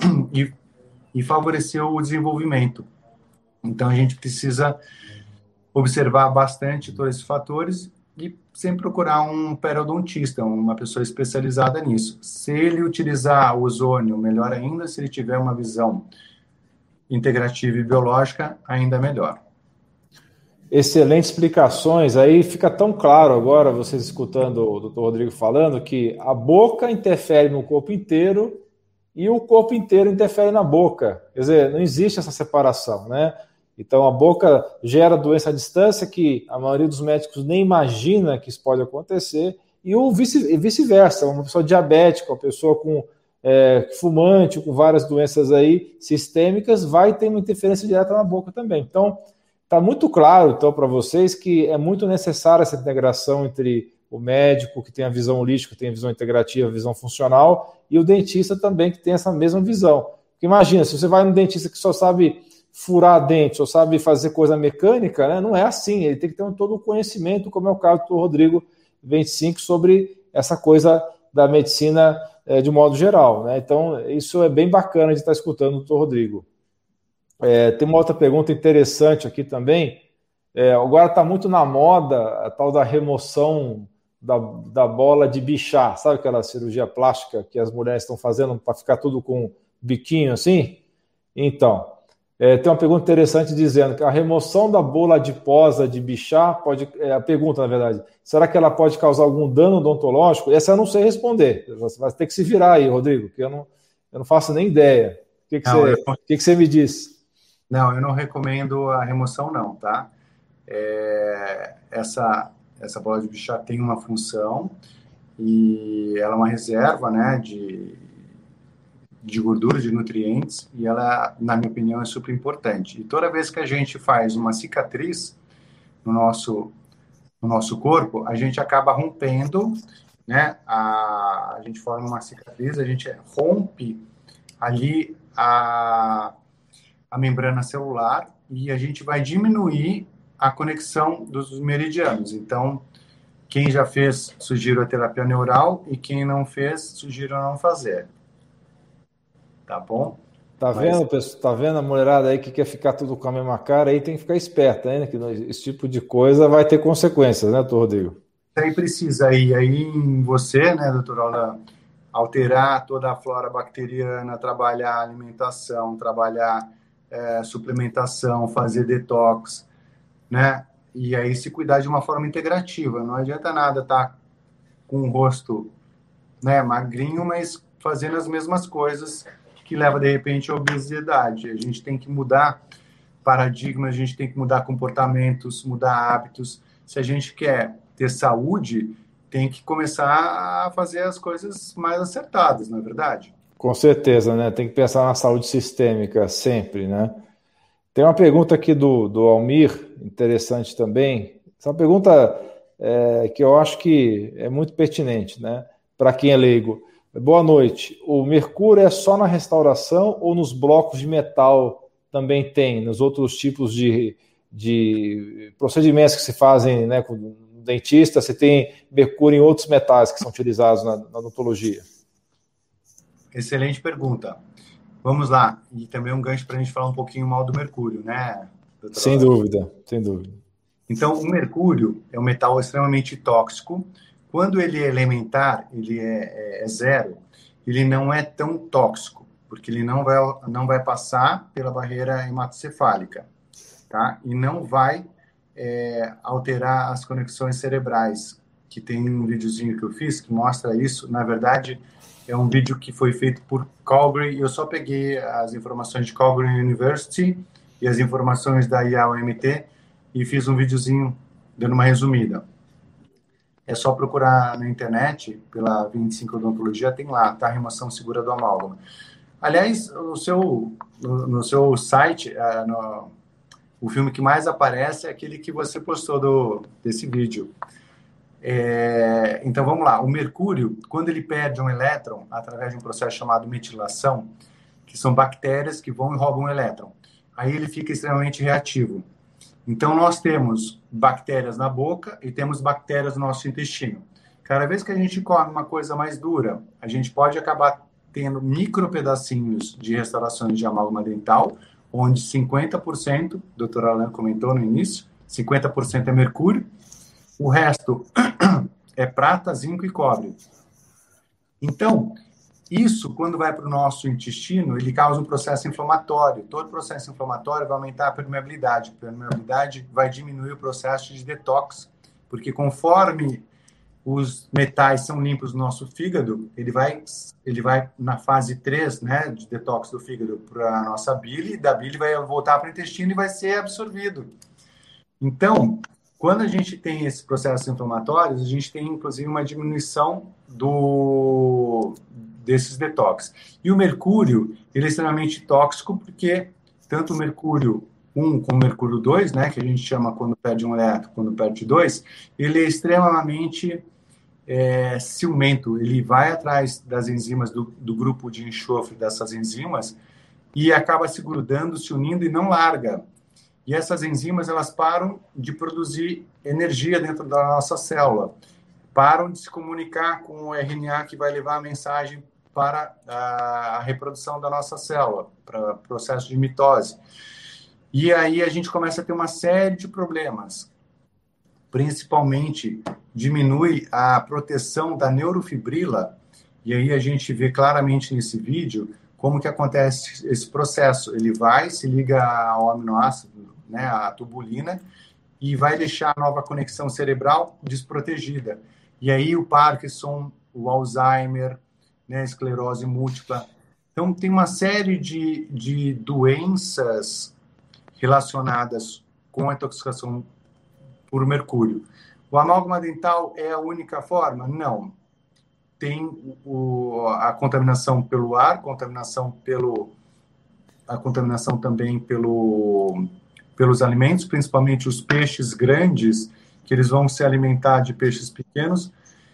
e favorecer o desenvolvimento. Então a gente precisa observar bastante todos esses fatores e sempre procurar um periodontista, uma pessoa especializada nisso. Se ele utilizar o ozônio, melhor ainda. Se ele tiver uma visão integrativa e biológica, ainda melhor. Excelentes explicações. Aí fica tão claro agora, vocês escutando o Dr. Rodrigo falando, que a boca interfere no corpo inteiro e o corpo inteiro interfere na boca. Quer dizer, não existe essa separação, né? Então, a boca gera doença à distância que a maioria dos médicos nem imagina que isso pode acontecer, e o vice-versa. Uma pessoa diabética, uma pessoa com fumante, com várias doenças aí sistêmicas, vai ter uma interferência direta na boca também. Então, está muito claro então, para vocês que é muito necessária essa integração entre o médico, que tem a visão holística, que tem a visão integrativa, a visão funcional, e o dentista também, que tem essa mesma visão. Porque imagina, se você vai no dentista que só sabe furar dente, ou sabe fazer coisa mecânica, né? Não é assim, ele tem que ter todo o conhecimento, como é o caso do Rodrigo 25, sobre essa coisa da medicina de modo geral, né? Então, isso é bem bacana de estar escutando o Dr. Rodrigo. Tem uma outra pergunta interessante aqui também. Agora está muito na moda a tal da remoção da bola de bichar, sabe aquela cirurgia plástica que as mulheres estão fazendo para ficar tudo com biquinho assim? Então, tem uma pergunta interessante dizendo que a remoção da bola adiposa de bichar pode... a pergunta, na verdade, será que ela pode causar algum dano odontológico? Essa eu não sei responder. Você vai ter que se virar aí, Rodrigo, que eu não faço nem ideia. O que você me diz? Não, eu não recomendo a remoção, não, tá? Essa bola de bichar tem uma função e ela é uma reserva, né, de gordura, de nutrientes, e ela, na minha opinião, é super importante. E toda vez que a gente faz uma cicatriz no nosso corpo, a gente acaba rompendo, né? A gente forma uma cicatriz, a gente rompe ali a membrana celular e a gente vai diminuir a conexão dos meridianos. Então, quem já fez, sugiro a terapia neural, e quem não fez, sugiro não fazer. Tá bom? Tá vendo, pessoal? Tá vendo a mulherada aí que quer ficar tudo com a mesma cara? Aí tem que ficar esperta, né? Que esse tipo de coisa vai ter consequências, né, doutor Rodrigo? Aí precisa ir aí em você, né, doutora, alterar toda a flora bacteriana, trabalhar alimentação, trabalhar suplementação, fazer detox, né? E aí se cuidar de uma forma integrativa. Não adianta nada estar com o rosto, né, magrinho, mas fazendo as mesmas coisas que leva de repente à obesidade. A gente tem que mudar paradigmas, a gente tem que mudar comportamentos, mudar hábitos. Se a gente quer ter saúde, tem que começar a fazer as coisas mais acertadas, não é verdade? Com certeza, né? Tem que pensar na saúde sistêmica sempre, né? Tem uma pergunta aqui do Almir, interessante também. Essa é uma pergunta que eu acho que é muito pertinente, né? Para quem é leigo. Boa noite. O mercúrio é só na restauração ou nos blocos de metal também tem? Nos outros tipos de procedimentos que se fazem, né, com o dentista, você tem mercúrio em outros metais que são utilizados na odontologia? Excelente pergunta. Vamos lá. E também um gancho para a gente falar um pouquinho mal do mercúrio, né, doutora? Sem dúvida, sem dúvida. Então, o mercúrio é um metal extremamente tóxico. Quando ele é elementar, ele é zero, ele não é tão tóxico, porque ele não vai passar pela barreira hematocefálica, tá? E não vai alterar as conexões cerebrais, que tem um videozinho que eu fiz que mostra isso. Na verdade, é um vídeo que foi feito por Calgary. Eu só peguei as informações de Calgary University e as informações da IAOMT e fiz um videozinho dando uma resumida. É só procurar na internet, pela 25 Odontologia, tem lá, tá? Remoção segura do amálgama. Aliás, no seu site, o filme que mais aparece é aquele que você postou desse vídeo. Então, vamos lá. O mercúrio, quando ele perde um elétron, através de um processo chamado metilação, que são bactérias que vão e roubam um elétron, aí ele fica extremamente reativo. Então, nós temos bactérias na boca e temos bactérias no nosso intestino. Cada vez que a gente come uma coisa mais dura, a gente pode acabar tendo micro pedacinhos de restaurações de amálgama dental, onde 50%, o doutor Alan comentou no início, 50% é mercúrio, o resto é prata, zinco e cobre. Então, isso, quando vai para o nosso intestino, ele causa um processo inflamatório. Todo processo inflamatório vai aumentar a permeabilidade. A permeabilidade vai diminuir o processo de detox, porque conforme os metais são limpos no nosso fígado, ele vai na fase 3, né, de detox do fígado para a nossa bile, e da bile vai voltar para o intestino e vai ser absorvido. Então, quando a gente tem esses processos inflamatórios, a gente tem, inclusive, uma diminuição desses detox. E o mercúrio, ele é extremamente tóxico, porque tanto o mercúrio 1 como o mercúrio 2, né, que a gente chama quando perde um elétron, quando perde 2, ele é extremamente ciumento. Ele vai atrás das enzimas do grupo de enxofre dessas enzimas e acaba se grudando, se unindo e não larga. E essas enzimas, elas param de produzir energia dentro da nossa célula, param de se comunicar com o RNA que vai levar a mensagem para a reprodução da nossa célula, para o processo de mitose. E aí a gente começa a ter uma série de problemas. Principalmente, diminui a proteção da neurofibrila, e aí a gente vê claramente nesse vídeo como que acontece esse processo. Ele vai, se liga ao aminoácido, né, a tubulina, e vai deixar a nova conexão cerebral desprotegida. E aí o Parkinson, o Alzheimer, né, esclerose múltipla. Então, tem uma série de doenças relacionadas com a intoxicação por mercúrio. O amálgama dental é a única forma? Não. Tem a contaminação pelo ar, a contaminação também pelos alimentos, principalmente os peixes grandes, que eles vão se alimentar de peixes pequenos,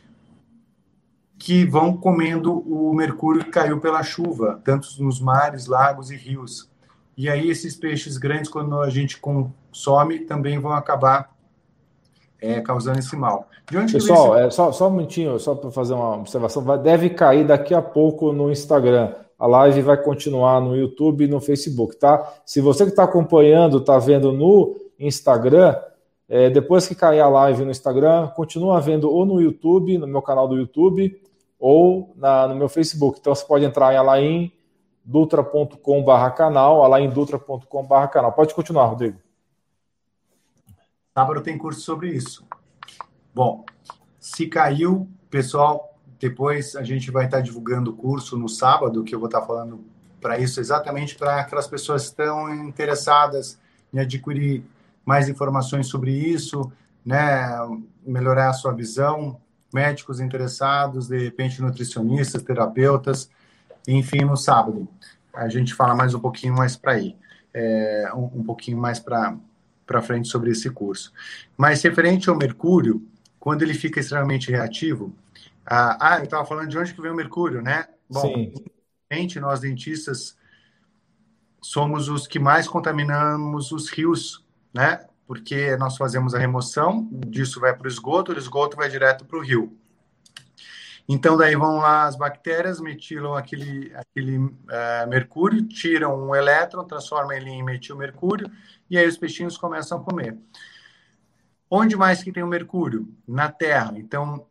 que vão comendo o mercúrio que caiu pela chuva, tanto nos mares, lagos e rios. E aí esses peixes grandes, quando a gente consome, também vão acabar causando esse mal. Pessoal, só um minutinho, só para fazer uma observação, deve cair daqui a pouco no Instagram. a live vai continuar no YouTube e no Facebook, tá? Se você que está acompanhando, está vendo no Instagram, depois que cair a live no Instagram, continua vendo ou no YouTube, no meu canal do YouTube, ou no meu Facebook. Então você pode entrar em alaindutra.com/canal, alaindutra.com/canal. Pode continuar, Rodrigo. Sábado tem curso sobre isso. Bom, se caiu, pessoal, depois a gente vai estar divulgando o curso no sábado, que eu vou estar falando para isso, exatamente para aquelas pessoas que estão interessadas em adquirir mais informações sobre isso, né, melhorar a sua visão, médicos interessados, de repente nutricionistas, terapeutas, enfim, no sábado. A gente fala mais um pouquinho mais para aí, um pouquinho mais para frente sobre esse curso. Mas referente ao mercúrio, quando ele fica extremamente reativo, eu estava falando de onde que vem o mercúrio, né? Bom, sim. Nós dentistas somos os que mais contaminamos os rios, né? Porque nós fazemos a remoção, disso vai para o esgoto vai direto para o rio. Então, daí vão lá as bactérias, metilam aquele mercúrio, tiram um elétron, transformam ele em metilmercúrio, e aí os peixinhos começam a comer. Onde mais que tem o mercúrio? Na Terra. Então,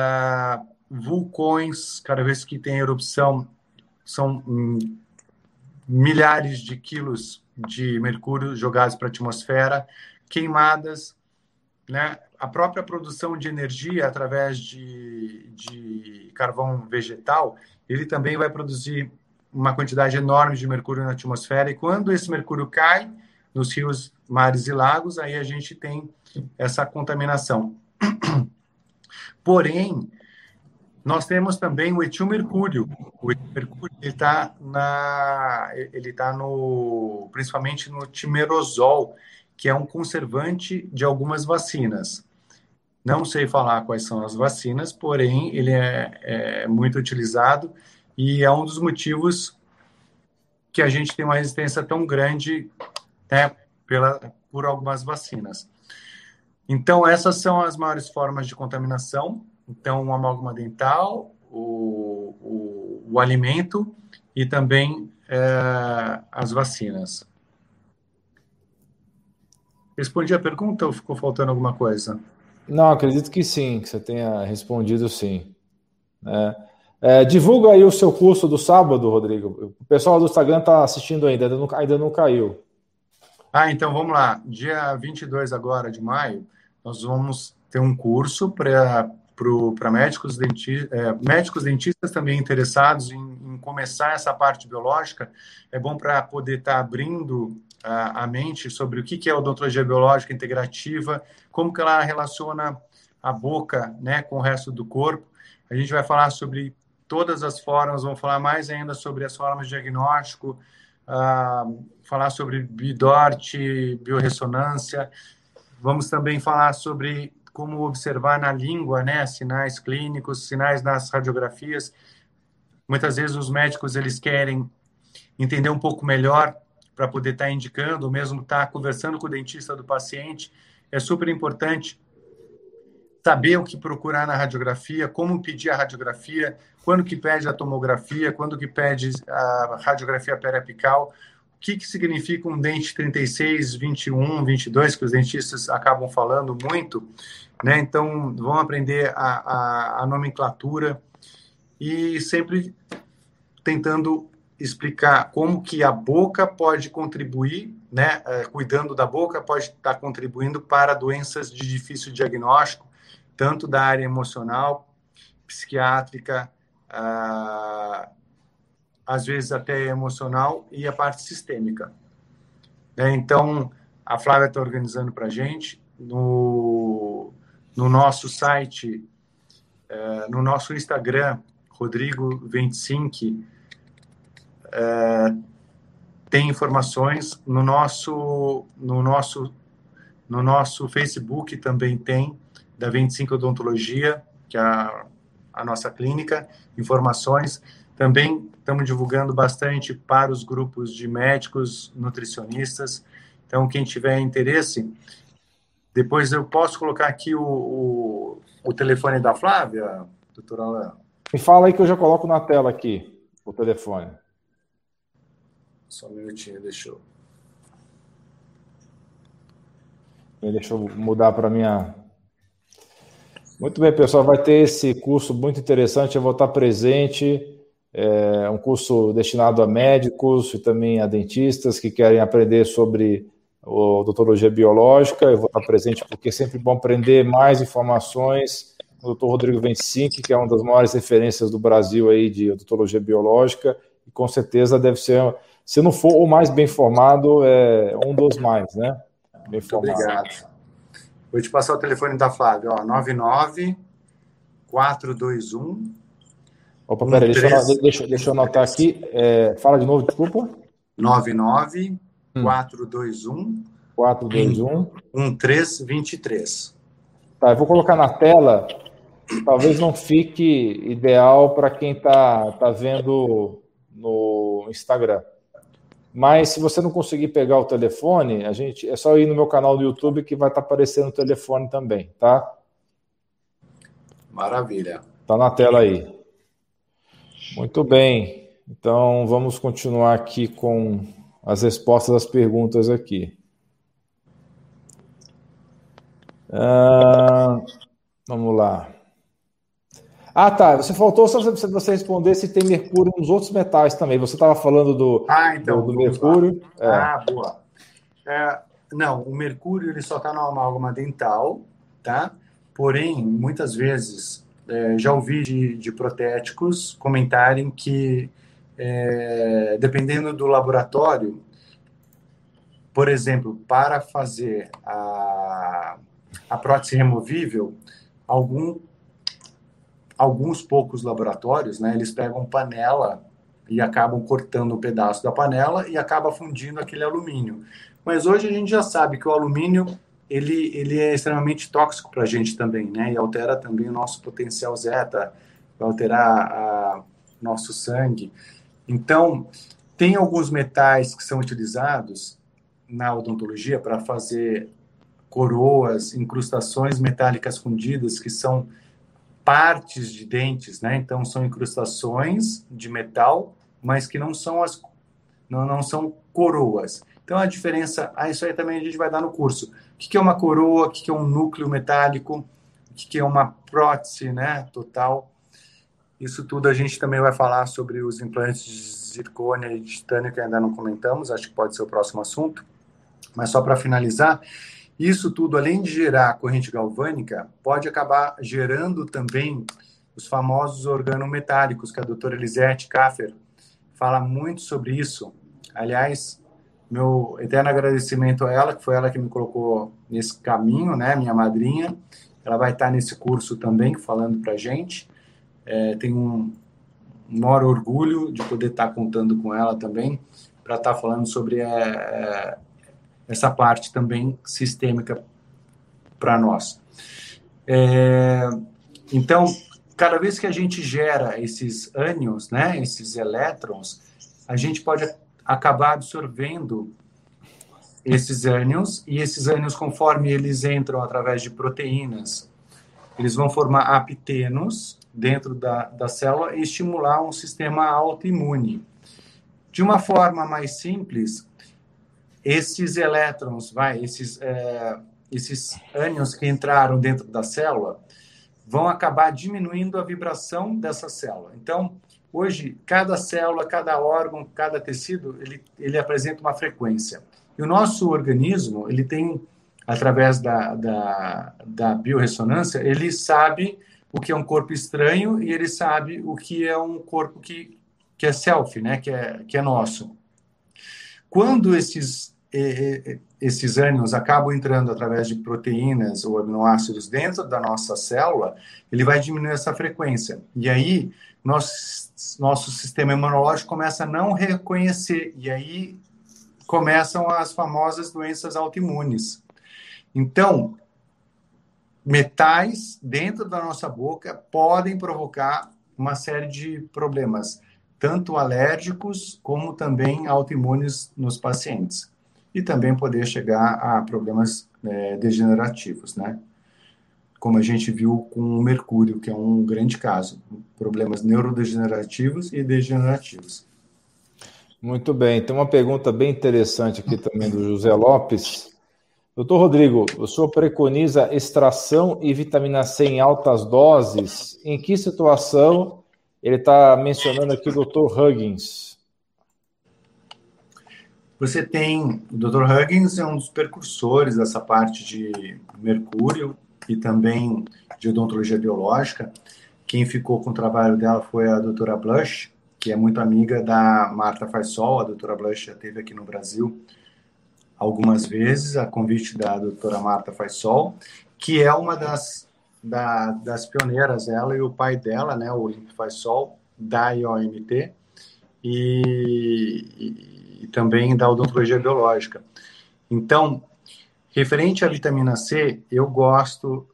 vulcões, cada vez que tem erupção, são milhares de quilos de mercúrio jogados para a atmosfera, queimadas, né? A própria produção de energia através de carvão vegetal, ele também vai produzir uma quantidade enorme de mercúrio na atmosfera, e quando esse mercúrio cai nos rios, mares e lagos, aí a gente tem essa contaminação. Porém, nós temos também o etilmercúrio. O etilmercúrio está principalmente no timerosol, que é um conservante de algumas vacinas. Não sei falar quais são as vacinas, porém ele é muito utilizado e é um dos motivos que a gente tem uma resistência tão grande, né, por algumas vacinas. Então, essas são as maiores formas de contaminação. Então, o amálgama dental, o alimento e também as vacinas. Respondi a pergunta ou ficou faltando alguma coisa? Não, acredito que sim, que você tenha respondido sim. Divulga aí o seu curso do sábado, Rodrigo. O pessoal do Instagram está assistindo ainda não caiu. Então vamos lá. Dia 22 agora de maio, nós vamos ter um curso para médicos dentistas também interessados em começar essa parte biológica. É bom para poder estar abrindo a mente sobre o que é odontologia biológica integrativa, como que ela relaciona a boca, né, com o resto do corpo. A gente vai falar sobre todas as formas, vamos falar mais ainda sobre as formas de diagnóstico, falar sobre BIDORT, biorressonância. Vamos também falar sobre como observar na língua, né, sinais clínicos, sinais nas radiografias. Muitas vezes os médicos eles querem entender um pouco melhor para poder estar indicando, ou mesmo estar conversando com o dentista do paciente. É super importante saber o que procurar na radiografia, como pedir a radiografia, quando que pede a tomografia, quando que pede a radiografia periapical, o que significa um dente 36, 21, 22, que os dentistas acabam falando muito, né? Então, vão aprender a nomenclatura e sempre tentando explicar como que a boca pode contribuir, né? Cuidando da boca pode estar contribuindo para doenças de difícil diagnóstico, tanto da área emocional, psiquiátrica, às vezes até emocional, e a parte sistêmica. Então, a Flávia está organizando para a gente, no nosso site, no nosso Instagram, Rodrigo25, tem informações, no nosso Facebook também tem, da 25 Odontologia, que é a nossa clínica, informações. Também estamos divulgando bastante para os grupos de médicos, nutricionistas. Então, quem tiver interesse, depois eu posso colocar aqui o telefone da Flávia, doutora Alain? Me fala aí que eu já coloco na tela aqui o telefone. Só um minutinho, deixa eu... Deixa eu mudar para minha... Muito bem, pessoal, vai ter esse curso muito interessante, eu vou estar presente, é um curso destinado a médicos e também a dentistas que querem aprender sobre odontologia biológica. Eu vou estar presente porque é sempre bom aprender mais informações. O Dr. Rodrigo Vencic, que é uma das maiores referências do Brasil aí de odontologia biológica, e com certeza deve ser, se não for o mais bem formado, é um dos mais, né? Bem Muito formado. obrigado. Vou te passar o telefone da Flávia, ó, 99-421... Opa, peraí, deixa eu anotar aqui. Fala de novo, desculpa. 99-421... 421. 1323. Tá, eu vou colocar na tela. Talvez não fique ideal para quem tá vendo no Instagram. Mas se você não conseguir pegar o telefone, é só ir no meu canal do YouTube que vai estar aparecendo o telefone também, tá? Maravilha. Tá na tela aí. Muito bem. Então vamos continuar aqui com as respostas às perguntas aqui. Vamos lá. Ah, tá. Você faltou só você responder se tem mercúrio nos outros metais também. Você estava falando do mercúrio. Boa. Não, o mercúrio ele só está no amálgama dental, tá? Porém, muitas vezes, já ouvi de protéticos comentarem que, dependendo do laboratório, por exemplo, para fazer a prótese removível, alguns poucos laboratórios, né, eles pegam panela e acabam cortando um pedaço da panela e acaba fundindo aquele alumínio. Mas hoje a gente já sabe que o alumínio ele é extremamente tóxico para a gente também, né? E altera também o nosso potencial zeta, vai alterar nosso sangue. Então, tem alguns metais que são utilizados na odontologia para fazer coroas, incrustações metálicas fundidas, que são partes de dentes, né? Então, são incrustações de metal, mas que não são não são coroas. Então, a diferença... isso aí também a gente vai dar no curso. O que é uma coroa? O que é um núcleo metálico? O que é uma prótese, né? Total. Isso tudo a gente também vai falar sobre os implantes de zircônia e de titânio, que ainda não comentamos. Acho que pode ser o próximo assunto. Mas só para finalizar, isso tudo, além de gerar corrente galvânica, pode acabar gerando também os famosos organometálicos, que a doutora Elisete Kaffer fala muito sobre isso. Aliás, meu eterno agradecimento a ela, que foi ela que me colocou nesse caminho, né? Minha madrinha. Ela vai estar nesse curso também, falando para a gente. Tenho um maior orgulho de poder estar contando com ela também, para estar falando sobre essa parte também sistêmica para nós. Então, cada vez que a gente gera esses ânions, né, esses elétrons, a gente pode acabar absorvendo esses ânions, e esses ânions, conforme eles entram através de proteínas, eles vão formar aptenos dentro da célula e estimular um sistema autoimune. De uma forma mais simples, esses elétrons, esses ânions que entraram dentro da célula, vão acabar diminuindo a vibração dessa célula. Então, hoje, cada célula, cada órgão, cada tecido, ele apresenta uma frequência. E o nosso organismo, ele tem, através da biorressonância, ele sabe o que é um corpo estranho e ele sabe o que é um corpo que é self, né? que é nosso. Quando esses ânions acabam entrando através de proteínas ou aminoácidos dentro da nossa célula, ele vai diminuir essa frequência. E aí, nosso sistema imunológico começa a não reconhecer. E aí, começam as famosas doenças autoimunes. Então, metais dentro da nossa boca podem provocar uma série de problemas, tanto alérgicos como também autoimunes nos pacientes. E também poder chegar a problemas degenerativos, né? Como a gente viu com o mercúrio, que é um grande caso. Problemas neurodegenerativos e degenerativos. Muito bem. Tem uma pergunta bem interessante aqui também do José Lopes. Doutor Rodrigo, o senhor preconiza extração e vitamina C em altas doses? Em que situação? Ele está mencionando aqui o doutor Huggins. Você tem, o Dr. Huggins é um dos precursores dessa parte de mercúrio e também de odontologia biológica. Quem ficou com o trabalho dela foi a doutora Blush, que é muito amiga da Marta Faisal. A doutora Blush já esteve aqui no Brasil algumas vezes, a convite da doutora Marta Faisal, que é uma das pioneiras, ela e o pai dela, né, o Olímpio Faisal, da IOMT, e também da odontologia biológica. Então, referente à vitamina C, eu gosto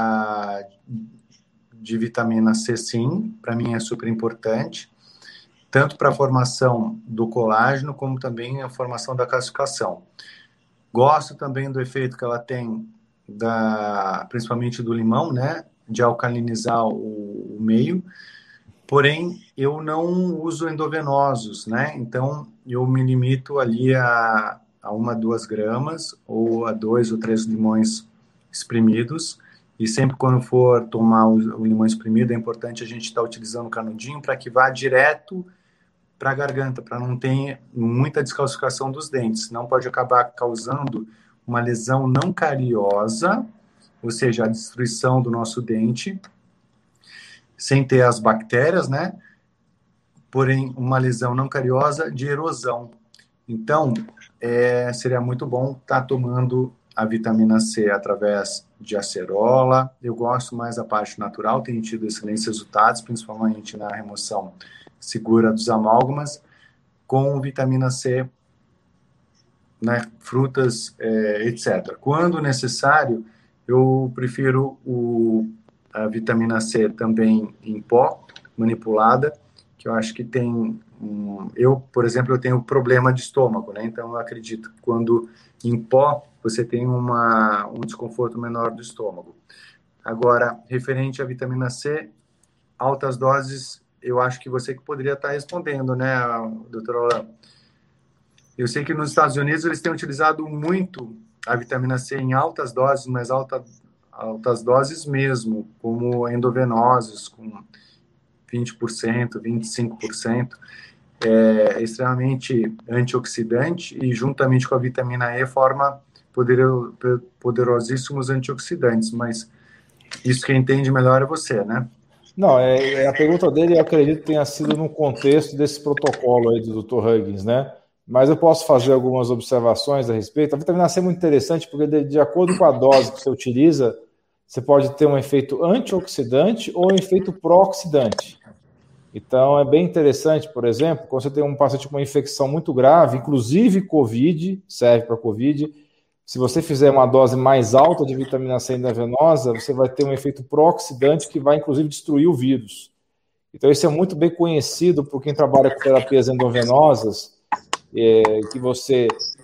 de vitamina C, sim, para mim é super importante, tanto para a formação do colágeno, como também a formação da calcificação. Gosto também do efeito que ela tem, principalmente do limão, né, de alcalinizar o meio, porém, eu não uso endovenosos, né, então eu me limito ali a 1 a 2 gramas, ou a 2 ou 3 limões espremidos, e sempre quando for tomar o limão espremido, é importante a gente estar utilizando o canudinho para que vá direto para a garganta, para não ter muita descalcificação dos dentes. Senão pode acabar causando uma lesão não cariosa, ou seja, a destruição do nosso dente, sem ter as bactérias, né? Porém, uma lesão não cariosa de erosão. Então, seria muito bom estar tomando a vitamina C através de acerola. Eu gosto mais da parte natural, tenho tido excelentes resultados, principalmente na remoção segura dos amálgamas, com vitamina C, né, frutas, etc. Quando necessário, eu prefiro a vitamina C também em pó, manipulada, que eu acho que tem... por exemplo, eu tenho problema de estômago, né? Então, eu acredito que quando em pó, você tem um desconforto menor do estômago. Agora, referente à vitamina C, altas doses, eu acho que você que poderia estar respondendo, né, doutora Olá? Eu sei que nos Estados Unidos eles têm utilizado muito a vitamina C em altas doses, mas altas doses mesmo, como endovenosos, com 20%, 25%. É extremamente antioxidante e, juntamente com a vitamina E, forma poderosíssimos antioxidantes. Mas isso quem entende melhor é você, né? Não, a pergunta dele, eu acredito, tenha sido no contexto desse protocolo aí do Dr. Huggins, né? Mas eu posso fazer algumas observações a respeito. A vitamina C é muito interessante porque, de acordo com a dose que você utiliza, você pode ter um efeito antioxidante ou um efeito pró-oxidante. Então, é bem interessante, por exemplo, quando você tem um paciente com uma infecção muito grave, inclusive COVID, serve para COVID, se você fizer uma dose mais alta de vitamina C endovenosa, você vai ter um efeito pró-oxidante que vai, inclusive, destruir o vírus. Então, isso é muito bem conhecido por quem trabalha com terapias endovenosas, que você,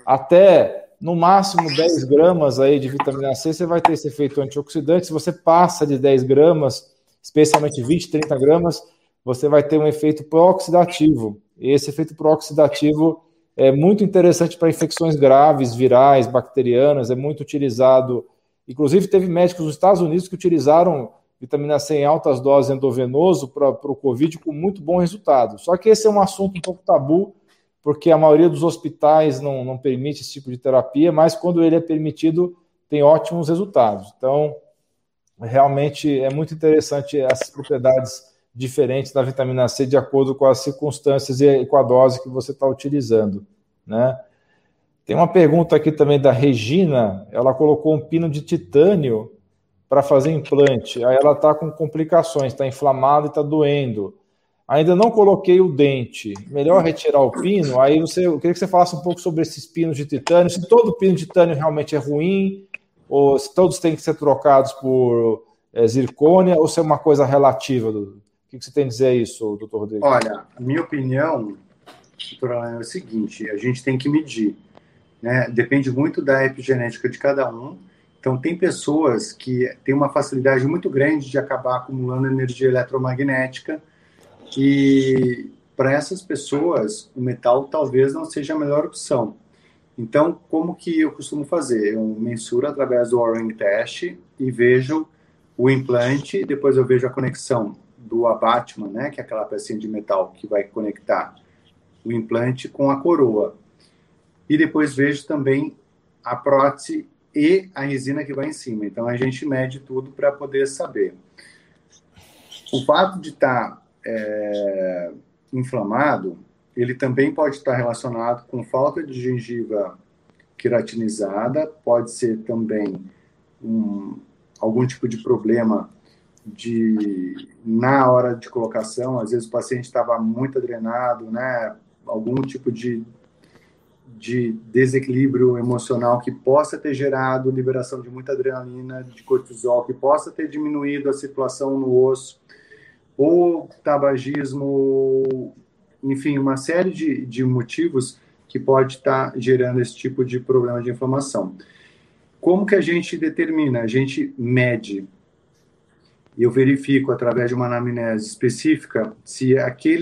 até no máximo 10 gramas aí de vitamina C, você vai ter esse efeito antioxidante. Se você passa de 10 gramas, especialmente 20, 30 gramas, você vai ter um efeito pró-oxidativo. E esse efeito pró-oxidativo é muito interessante para infecções graves, virais, bacterianas, é muito utilizado. Inclusive, teve médicos nos Estados Unidos que utilizaram vitamina C em altas doses endovenoso para o COVID com muito bom resultado. Só que esse é um assunto um pouco tabu, porque a maioria dos hospitais não permite esse tipo de terapia, mas quando ele é permitido, tem ótimos resultados. Então, realmente é muito interessante essas propriedades diferentes da vitamina C de acordo com as circunstâncias e com a dose que você está utilizando, né? Tem uma pergunta aqui também da Regina, ela colocou um pino de titânio para fazer implante, aí ela está com complicações, está inflamada e está doendo. Ainda não coloquei o dente, melhor retirar o pino? Aí eu queria que você falasse um pouco sobre esses pinos de titânio, se todo pino de titânio realmente é ruim, ou se todos têm que ser trocados por zircônia, ou se é uma coisa relativa. O que você tem a dizer a isso, doutor Rodrigo? Olha, a minha opinião, doutor, é o seguinte, a gente tem que medir, né? Depende muito da epigenética de cada um. Então, tem pessoas que têm uma facilidade muito grande de acabar acumulando energia eletromagnética e para essas pessoas, o metal talvez não seja a melhor opção. Então, como que eu costumo fazer? Eu mensuro através do O-ring test e vejo o implante, depois eu vejo a conexão do abattement, né, que é aquela pecinha de metal que vai conectar o implante com a coroa. E depois vejo também a prótese e a resina que vai em cima. Então, a gente mede tudo para poder saber. O fato de estar inflamado, ele também pode estar relacionado com falta de gengiva queratinizada, pode ser também algum tipo de problema na hora de colocação, às vezes o paciente estava muito adrenado, né? Algum tipo de desequilíbrio emocional que possa ter gerado liberação de muita adrenalina, de cortisol, que possa ter diminuído a circulação no osso, ou tabagismo, enfim, uma série de motivos que pode estar gerando esse tipo de problema de inflamação. Como que a gente determina? A gente mede. Eu verifico, através de uma anamnese específica, se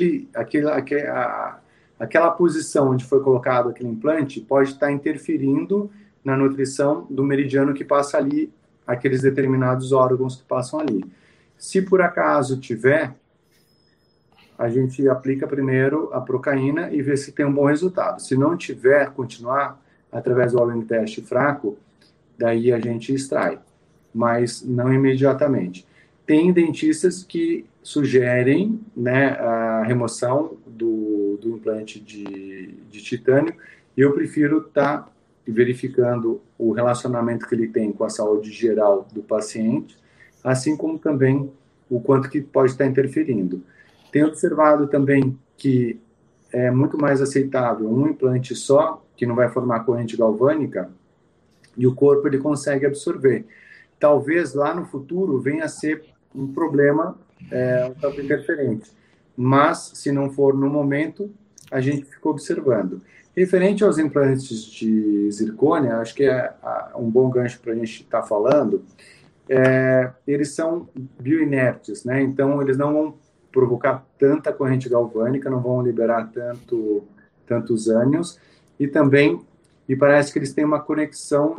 aquela posição onde foi colocado aquele implante pode estar interferindo na nutrição do meridiano que passa ali, aqueles determinados órgãos que passam ali. Se por acaso tiver, a gente aplica primeiro a procaína e vê se tem um bom resultado. Se não tiver, continuar através do O-ring test fraco, daí a gente extrai, mas não imediatamente. Tem dentistas que sugerem, né, a remoção do implante de titânio, e eu prefiro estar verificando o relacionamento que ele tem com a saúde geral do paciente, assim como também o quanto que pode estar interferindo. Tenho observado também que é muito mais aceitável um implante só, que não vai formar corrente galvânica, e o corpo ele consegue absorver. Talvez lá no futuro venha a ser um problema um tanto interferente, mas se não for no momento, a gente fica observando. Referente aos implantes de zircônia, acho que é um bom gancho para a gente estar falando, eles são bioinertes, né? Então eles não vão provocar tanta corrente galvânica, não vão liberar tantos ânions, e também me parece que eles têm uma conexão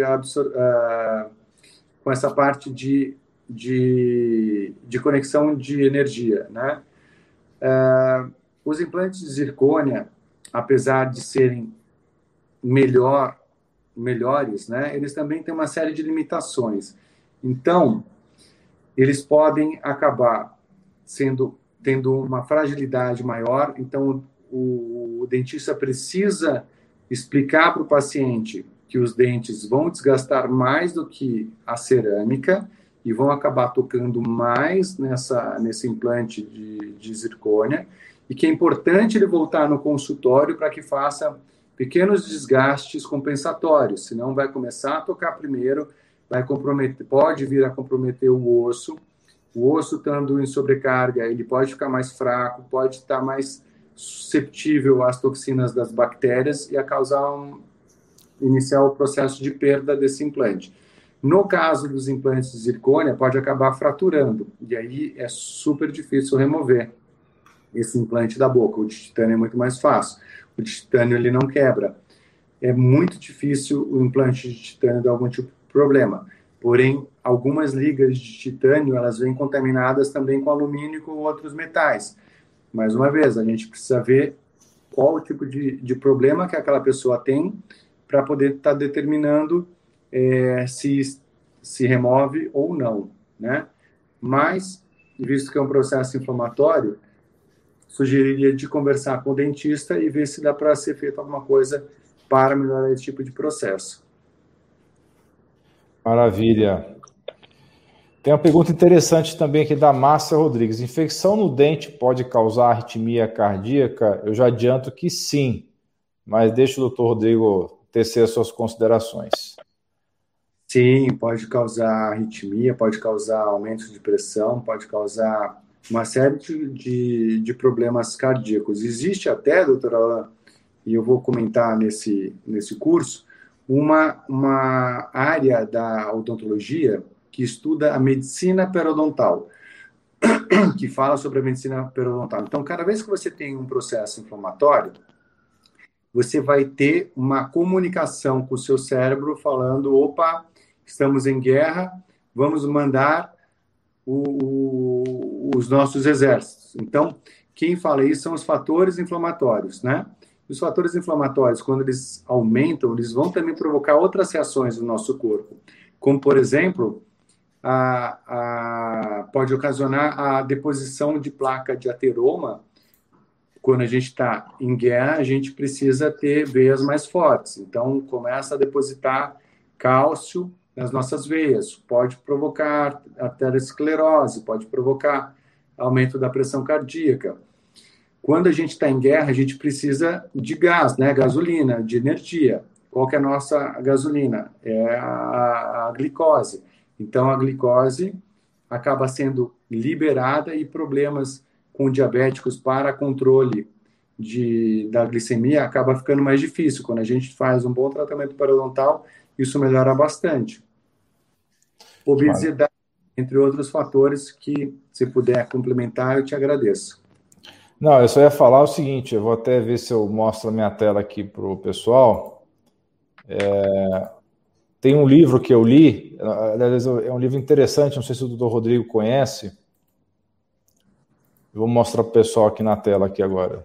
com essa parte de conexão de energia, né? Os implantes de zircônia, apesar de serem melhores, né, eles também têm uma série de limitações. Então, eles podem acabar tendo uma fragilidade maior. Então, o dentista precisa explicar para o paciente que os dentes vão desgastar mais do que a cerâmica e vão acabar tocando mais nesse implante de zircônia, e que é importante ele voltar no consultório para que faça pequenos desgastes compensatórios, senão vai começar a tocar primeiro, pode vir a comprometer o osso estando em sobrecarga, ele pode ficar mais fraco, pode estar mais susceptível às toxinas das bactérias e a iniciar o processo de perda desse implante. No caso dos implantes de zircônia, pode acabar fraturando, e aí é super difícil remover esse implante da boca. O de titânio é muito mais fácil. O de titânio ele não quebra. É muito difícil o implante de titânio dar algum tipo de problema. Porém, algumas ligas de titânio, elas vêm contaminadas também com alumínio e com outros metais. Mais uma vez, a gente precisa ver qual o tipo de problema que aquela pessoa tem para poder estar determinando se remove ou não, né? Mas, visto que é um processo inflamatório, sugeriria de conversar com o dentista e ver se dá para ser feito alguma coisa para melhorar esse tipo de processo. Maravilha. Tem uma pergunta interessante também aqui da Márcia Rodrigues. Infecção no dente pode causar arritmia cardíaca? Eu já adianto que sim, mas deixa o doutor Rodrigo tecer as suas considerações. Sim, pode causar arritmia, pode causar aumento de pressão, pode causar uma série de problemas cardíacos. Existe até, doutora Alain, e eu vou comentar nesse curso, uma área da odontologia que estuda a medicina periodontal. que fala sobre a medicina periodontal. Então, cada vez que você tem um processo inflamatório, você vai ter uma comunicação com o seu cérebro falando, opa, estamos em guerra, vamos mandar os nossos exércitos. Então, quem fala isso são os fatores inflamatórios, né? Os fatores inflamatórios, quando eles aumentam, eles vão também provocar outras reações no nosso corpo, como, por exemplo, pode ocasionar a deposição de placa de ateroma. Quando a gente está em guerra, a gente precisa ter veias mais fortes. Então, começa a depositar cálcio nas nossas veias. Pode provocar aterosclerose, pode provocar aumento da pressão cardíaca. Quando a gente está em guerra, a gente precisa de gás, né? Gasolina, de energia. Qual que é a nossa gasolina? É a glicose. Então, a glicose acaba sendo liberada e problemas com diabéticos para controle da glicemia acaba ficando mais difícil. Quando a gente faz um bom tratamento periodontal, isso melhora bastante. Obesidade, entre outros fatores que, se puder complementar, eu te agradeço. Não, eu só ia falar o seguinte, eu vou até ver se eu mostro a minha tela aqui para o pessoal. Tem um livro que eu li, aliás, é um livro interessante, não sei se o doutor Rodrigo conhece. Eu vou mostrar para o pessoal aqui na tela aqui agora.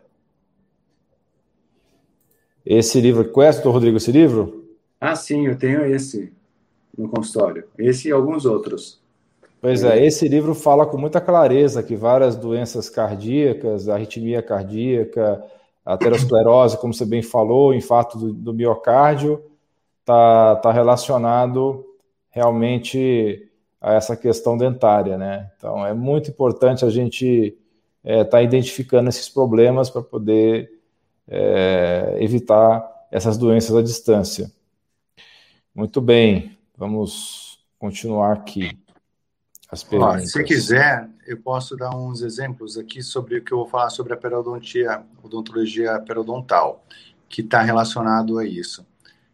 Esse livro, conhece, doutor Rodrigo, esse livro? Ah, sim, eu tenho esse no consultório. Esse e alguns outros. Pois é, esse livro fala com muita clareza que várias doenças cardíacas, arritmia cardíaca, aterosclerose, como você bem falou, infarto do miocárdio, está relacionado realmente a essa questão dentária, né? Então, é muito importante a gente estar identificando esses problemas para poder evitar essas doenças à distância. Muito bem, vamos continuar aqui. As perguntas. Se quiser, eu posso dar uns exemplos aqui sobre o que eu vou falar sobre a periodontia, odontologia periodontal, que está relacionado a isso.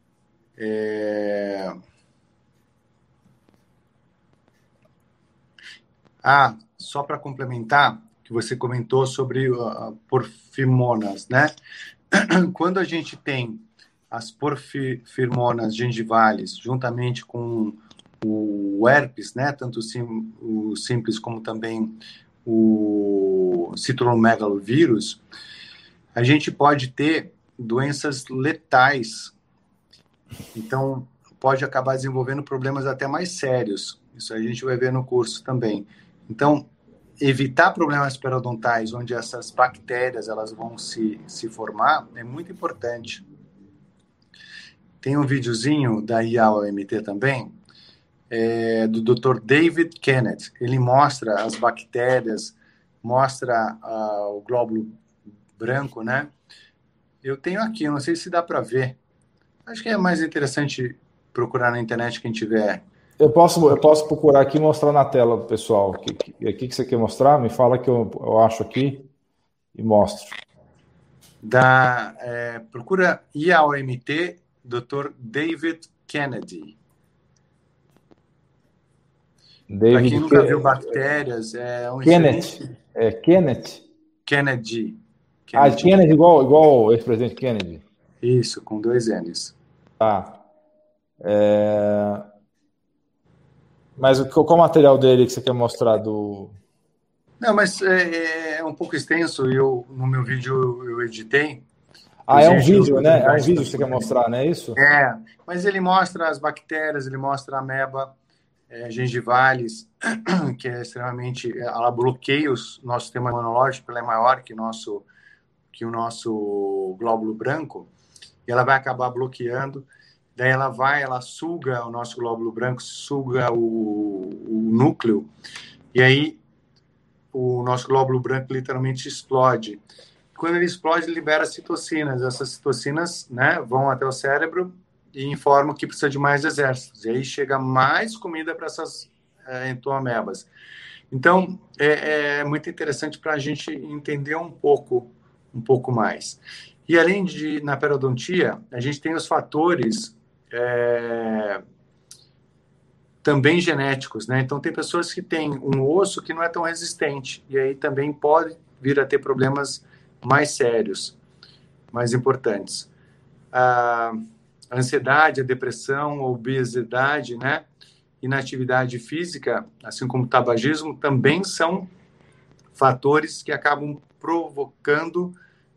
Só para complementar, que você comentou sobre porfirmonas, né? Quando a gente tem as porfirmonas gengivales juntamente com o herpes, né? Tanto o simples como também o citomegalovírus, a gente pode ter doenças letais. Então, pode acabar desenvolvendo problemas até mais sérios. Isso a gente vai ver no curso também. Então, evitar problemas periodontais onde essas bactérias elas vão se formar é muito importante. Tem um videozinho da IAOMT também, do Dr. David Kennett. Ele mostra as bactérias, mostra o glóbulo branco, né? Eu tenho aqui, não sei se dá para ver. Acho que é mais interessante procurar na internet quem tiver. Eu posso procurar aqui e mostrar na tela do pessoal. O que você quer mostrar? Me fala que eu acho aqui e mostro. Procura IAOMT, Dr. David Kennedy. Para quem nunca viu bactérias, é um Kenneth. Kenneth? Kennedy. Kennedy igual o ex-presidente Kennedy. Isso, com 2 N's. Tá. Mas qual o material dele que você quer mostrar do... Não, mas é um pouco extenso e no meu vídeo eu editei. É um vídeo, né? É um vídeo que você quer mostrar, não é isso? Mas ele mostra as bactérias, ele mostra a ameba gengivales, que é extremamente... Ela bloqueia o nosso sistema imunológico, ela é maior que o nosso glóbulo branco, e ela vai acabar bloqueando. Daí ela suga o nosso glóbulo branco, suga o núcleo, e aí o nosso glóbulo branco literalmente explode. Quando ele explode, ele libera citocinas. Essas citocinas, né, vão até o cérebro e informam que precisa de mais exércitos. E aí chega mais comida para essas entoamebas. Então, é muito interessante para a gente entender um pouco mais. E além na periodontia, a gente tem os fatores também genéticos, né? Então, tem pessoas que têm um osso que não é tão resistente, e aí também pode vir a ter problemas mais sérios, mais importantes. A ansiedade, a depressão, a obesidade, né? Inatividade física, assim como o tabagismo, também são fatores que acabam provocando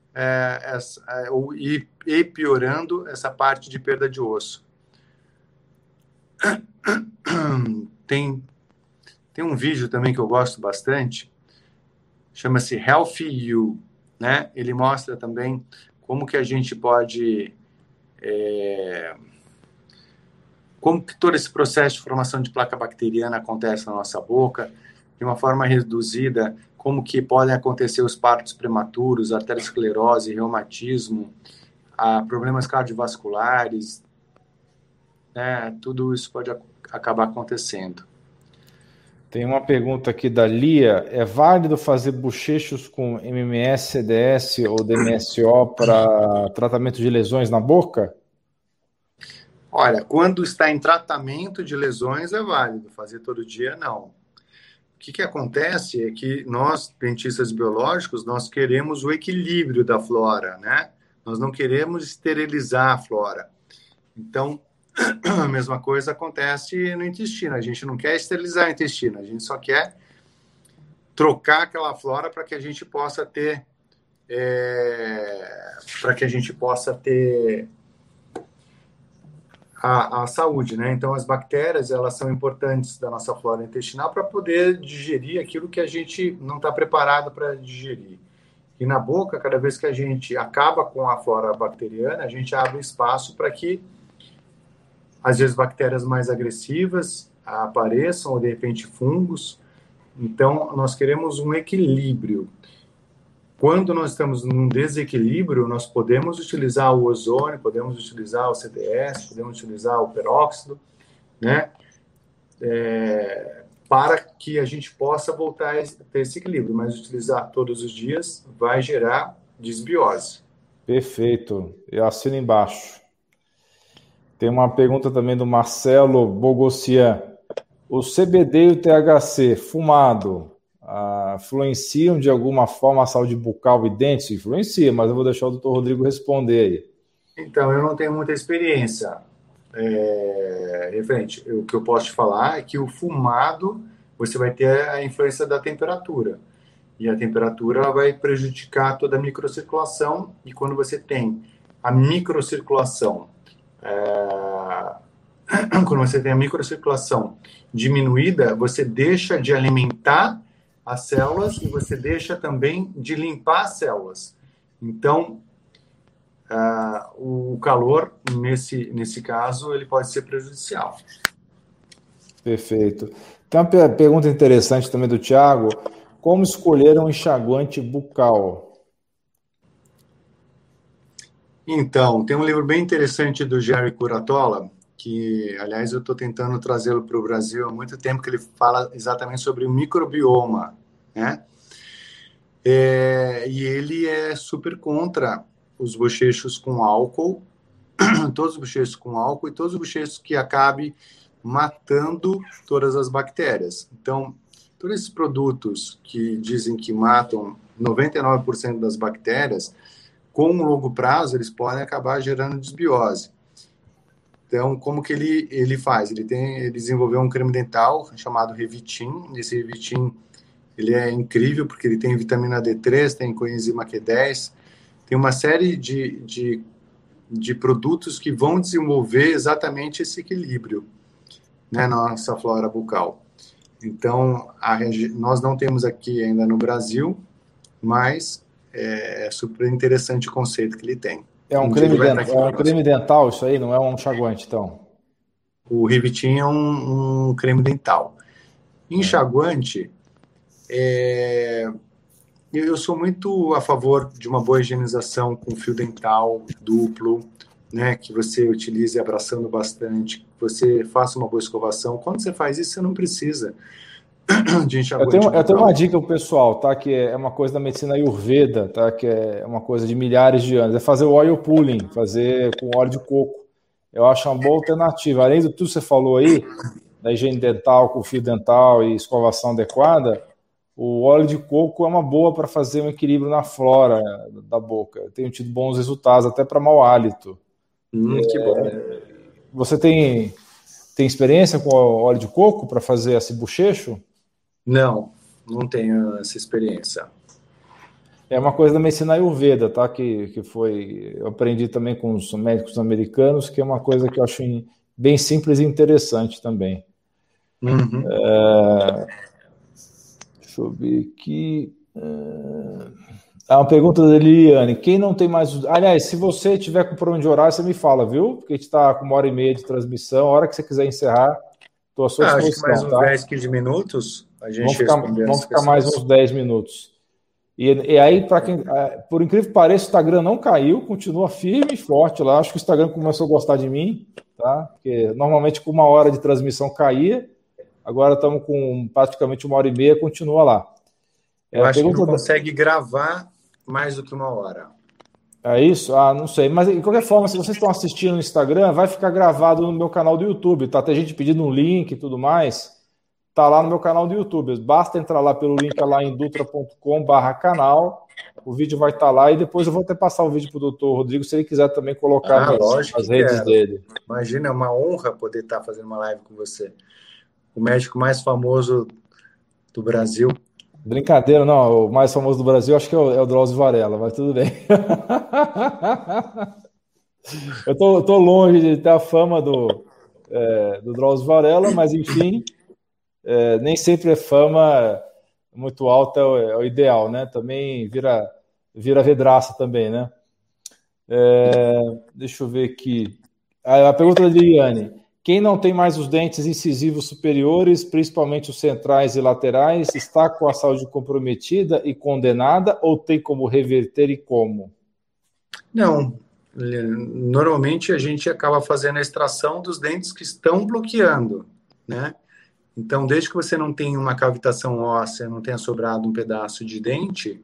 e piorando essa parte de perda de osso. Tem um vídeo também que eu gosto bastante, chama-se Healthy You, né? Ele mostra também como que a gente pode... como que todo esse processo de formação de placa bacteriana acontece na nossa boca, de uma forma reduzida, como que podem acontecer os partos prematuros, arteriosclerose, reumatismo, problemas cardiovasculares, né? Tudo isso pode acabar acontecendo. Tem uma pergunta aqui da Lia. É válido fazer bochechos com MMS, CDS ou DMSO para tratamento de lesões na boca? Olha, quando está em tratamento de lesões é válido, fazer todo dia não. O que acontece é que nós, dentistas biológicos, nós queremos o equilíbrio da flora, né? Nós não queremos esterilizar a flora. Então, a mesma coisa acontece no intestino. A gente não quer esterilizar o intestino, a gente só quer trocar aquela flora para que a gente possa ter a saúde, né? Então, as bactérias, elas são importantes da nossa flora intestinal para poder digerir aquilo que a gente não está preparado para digerir. E na boca, cada vez que a gente acaba com a flora bacteriana, a gente abre espaço para que, às vezes, bactérias mais agressivas apareçam, ou, de repente, fungos. Então, nós queremos um equilíbrio. Quando nós estamos num desequilíbrio, nós podemos utilizar o ozônio, podemos utilizar o CDS, podemos utilizar o peróxido, né? Para que a gente possa voltar a ter esse equilíbrio. Mas utilizar todos os dias vai gerar desbiose. Perfeito. Eu assino embaixo. Tem uma pergunta também do Marcelo Bogossian. O CBD e o THC fumado influenciam de alguma forma a saúde bucal e dentes? Influencia, mas eu vou deixar o doutor Rodrigo responder aí. Então, eu não tenho muita experiência referente. O que eu posso te falar é que o fumado, você vai ter a influência da temperatura. E a temperatura vai prejudicar toda a microcirculação. E quando você tem a microcirculação, diminuída, você deixa de alimentar as células e você deixa também de limpar as células. Então, o calor, nesse caso, ele pode ser prejudicial. Perfeito. Tem uma pergunta interessante também do Thiago. Como escolher um enxaguante bucal? Então, tem um livro bem interessante do Jerry Curatola, que, aliás, eu estou tentando trazê-lo para o Brasil há muito tempo, que ele fala exatamente sobre o microbioma, né? E ele é super contra os bochechos com álcool, todos os bochechos com álcool e todos os bochechos que acabem matando todas as bactérias. Então, todos esses produtos que dizem que matam 99% das bactérias, com um longo prazo, eles podem acabar gerando desbiose. Então, como que ele faz? Ele desenvolveu um creme dental chamado Revitin. Esse Revitin, ele é incrível porque ele tem vitamina D3, tem coenzima Q10, tem uma série de produtos que vão desenvolver exatamente esse equilíbrio, né, na nossa flora bucal. Então, nós não temos aqui ainda no Brasil, mas é super interessante o conceito que ele tem. É um creme dental isso aí, não é um enxaguante, então? O Rivitin é um creme dental. Enxaguante, eu sou muito a favor de uma boa higienização com fio dental duplo, né, que você utilize abraçando bastante, que você faça uma boa escovação. Quando você faz isso, você não precisa de enxaguante. Eu tenho uma dica pro pessoal, tá? Que é uma coisa da medicina Ayurveda, tá? Que é uma coisa de milhares de anos. É fazer o oil pulling, fazer com óleo de coco. Eu acho uma boa alternativa. Além de tudo que você falou aí, da higiene dental com fio dental e escovação adequada, o óleo de coco é uma boa para fazer um equilíbrio na flora da boca. Eu tenho tido bons resultados, até para mau hálito. Que bom. Você tem experiência com óleo de coco para fazer esse bochecho? Não tenho essa experiência. É uma coisa da medicina Ayurveda, tá? Eu aprendi também com os médicos americanos, que é uma coisa que eu acho bem simples e interessante também. Uhum. Deixa eu ver aqui. Uma pergunta da Liliane. Quem não tem mais... Aliás, se você tiver com problema de horário, você me fala, viu? Porque a gente está com 1h30 de transmissão. A hora que você quiser encerrar, estou à sua disposição. Acho que mais uns 10, 15 minutos a gente vamos ficar mais uns 10 minutos. E aí, para quem, por incrível que pareça, o Instagram não caiu, continua firme e forte lá. Acho que o Instagram começou a gostar de mim, tá? Porque normalmente com 1 hora de transmissão caía, agora estamos com praticamente 1h30, continua lá. Eu acho que não consegue gravar mais do que 1 hora. É isso? Não sei. Mas de qualquer forma, se vocês estão assistindo no Instagram, vai ficar gravado no meu canal do YouTube, tá? Tem gente pedindo um link e tudo mais. Tá lá no meu canal do YouTube. Basta entrar lá pelo link lá em dutra.com/canal. O vídeo vai estar lá e depois eu vou até passar o vídeo para o Dr. Rodrigo, se ele quiser também colocar nas redes dele. Imagina, é uma honra poder estar fazendo uma live com você. O médico mais famoso do Brasil. Brincadeira, não. O mais famoso do Brasil acho que é o Drauzio Varela, mas tudo bem. Eu tô longe de ter a fama do Drauzio Varela, mas enfim... nem sempre é fama muito alta é o ideal, né? Também vira vidraça também, né? Deixa eu ver aqui. A pergunta da Liliane. Quem não tem mais os dentes incisivos superiores, principalmente os centrais e laterais, está com a saúde comprometida e condenada ou tem como reverter e como? Não. Normalmente a gente acaba fazendo a extração dos dentes que estão bloqueando, né? Então, desde que você não tenha uma cavitação óssea, não tenha sobrado um pedaço de dente,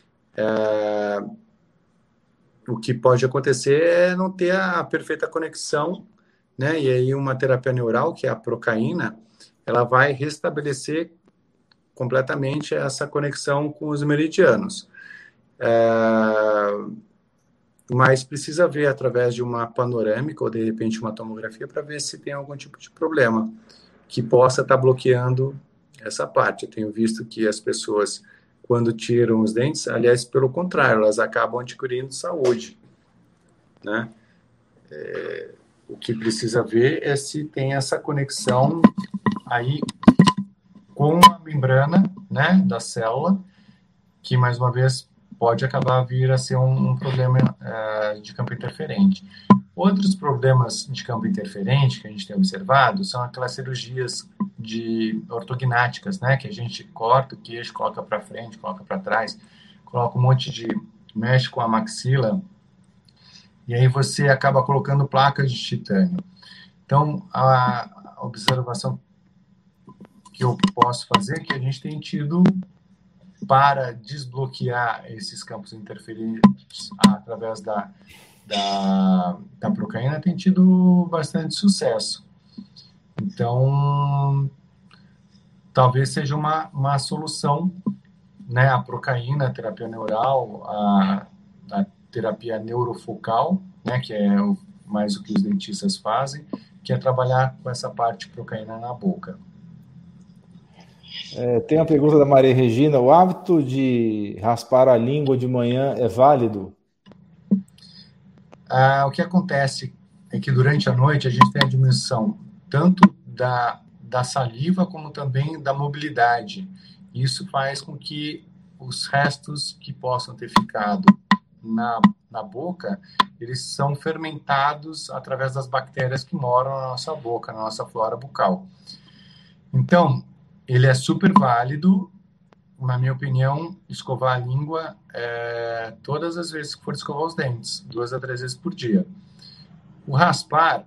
o que pode acontecer é não ter a perfeita conexão, né? E aí uma terapia neural, que é a procaína, ela vai restabelecer completamente essa conexão com os meridianos. Mas precisa ver através de uma panorâmica ou, de repente, uma tomografia para ver se tem algum tipo de problema que possa estar bloqueando essa parte. Eu tenho visto que as pessoas, quando tiram os dentes, aliás, pelo contrário, elas acabam adquirindo saúde, né? O que precisa ver é se tem essa conexão aí com a membrana, né, da célula, que, mais uma vez, pode acabar vir a ser um problema de campo interferente. Outros problemas de campo interferente que a gente tem observado são aquelas cirurgias ortognáticas, né? Que a gente corta o queixo, coloca para frente, coloca para trás, coloca um monte de... mexe com a maxila, e aí você acaba colocando placas de titânio. Então, a observação que eu posso fazer é que a gente tem tido, para desbloquear esses campos interferentes através da procaína, tem tido bastante sucesso. Então, talvez seja uma solução, né? A procaína, a terapia neural, a terapia neurofocal, né? Que é mais o que os dentistas fazem, que é trabalhar com essa parte de procaína na boca. Tem uma pergunta da Maria Regina. O hábito de raspar a língua de manhã é válido? O que acontece é que durante a noite a gente tem a diminuição tanto da saliva como também da mobilidade. Isso faz com que os restos que possam ter ficado na boca, eles são fermentados através das bactérias que moram na nossa boca, na nossa flora bucal. Então, ele é super válido. Na minha opinião, escovar a língua todas as vezes que for escovar os dentes, 2 a 3 vezes por dia. O raspar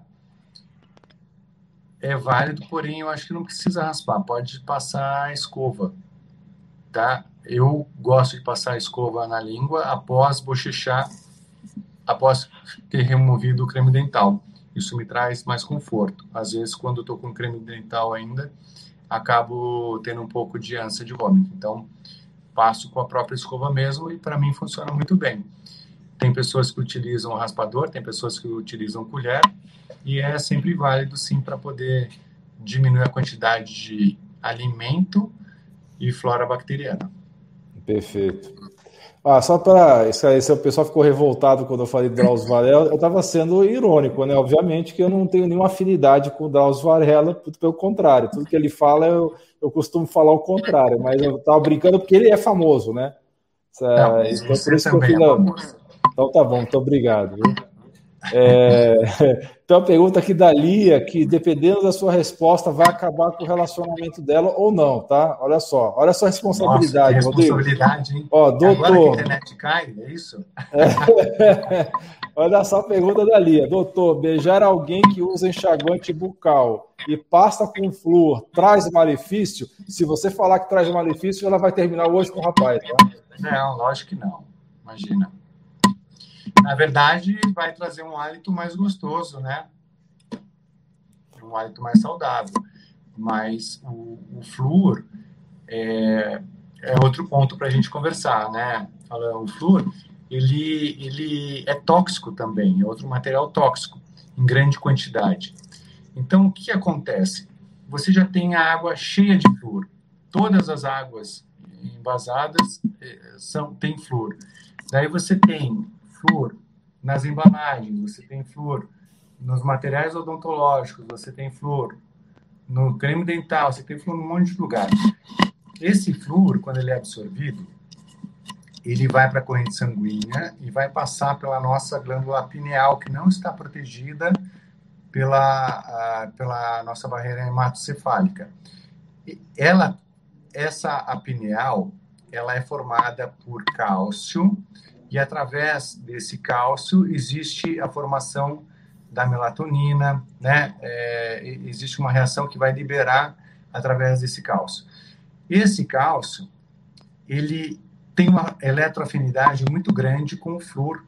é válido, porém eu acho que não precisa raspar, pode passar a escova, tá? Eu gosto de passar a escova na língua após bochechar, após ter removido o creme dental. isso me traz mais conforto. Às vezes, quando eu estou com creme dental ainda, acabo tendo um pouco de ânsia de vômito. Então, passo com a própria escova mesmo e para mim funciona muito bem. Tem pessoas que utilizam raspador, tem pessoas que utilizam colher, e é sempre válido, sim, para poder diminuir a quantidade de alimento e flora bacteriana. Perfeito. Só para esclarecer, o pessoal ficou revoltado quando eu falei do Drauzio Varela. Eu estava sendo irônico, né? Obviamente que eu não tenho nenhuma afinidade com o Drauzio Varela, pelo contrário. Tudo que ele fala, eu costumo falar o contrário, mas eu estava brincando porque ele é famoso, né? Não, Então, você por isso que eu também fiz é famoso. Então tá bom, muito obrigado. Viu? Então a pergunta aqui da Lia, que dependendo da sua resposta, vai acabar com o relacionamento dela ou não, tá? Olha só a responsabilidade, Nossa, que Rodrigo. responsabilidade, hein? Ó, É agora que a doutor. internet cai, é isso? Olha só a pergunta da Lia. Doutor, beijar alguém que usa enxaguante bucal e pasta com flúor traz malefício? Se você falar que traz malefício, ela vai terminar hoje com o rapaz, tá? Não, lógico que não. Imagina. Na verdade, vai trazer um hálito mais gostoso, né? Um hálito mais saudável. Mas o flúor é outro ponto para a gente conversar, né? O flúor, ele é tóxico também, é outro material tóxico, em grande quantidade. Então, o que acontece? Você já tem a água cheia de flúor. Todas as águas envasadas têm flúor. Daí você tem flúor nas embalagens, você tem flúor nos materiais odontológicos, você tem flúor no creme dental, você tem flúor num monte de lugar. Esse flúor, quando ele é absorvido, ele vai para a corrente sanguínea e vai passar pela nossa glândula pineal, que não está protegida pela nossa barreira hematocefálica. A pineal, ela é formada por cálcio, e através desse cálcio existe a formação da melatonina, né? Existe uma reação que vai liberar através desse cálcio. Esse cálcio, ele tem uma eletroafinidade muito grande com o flúor,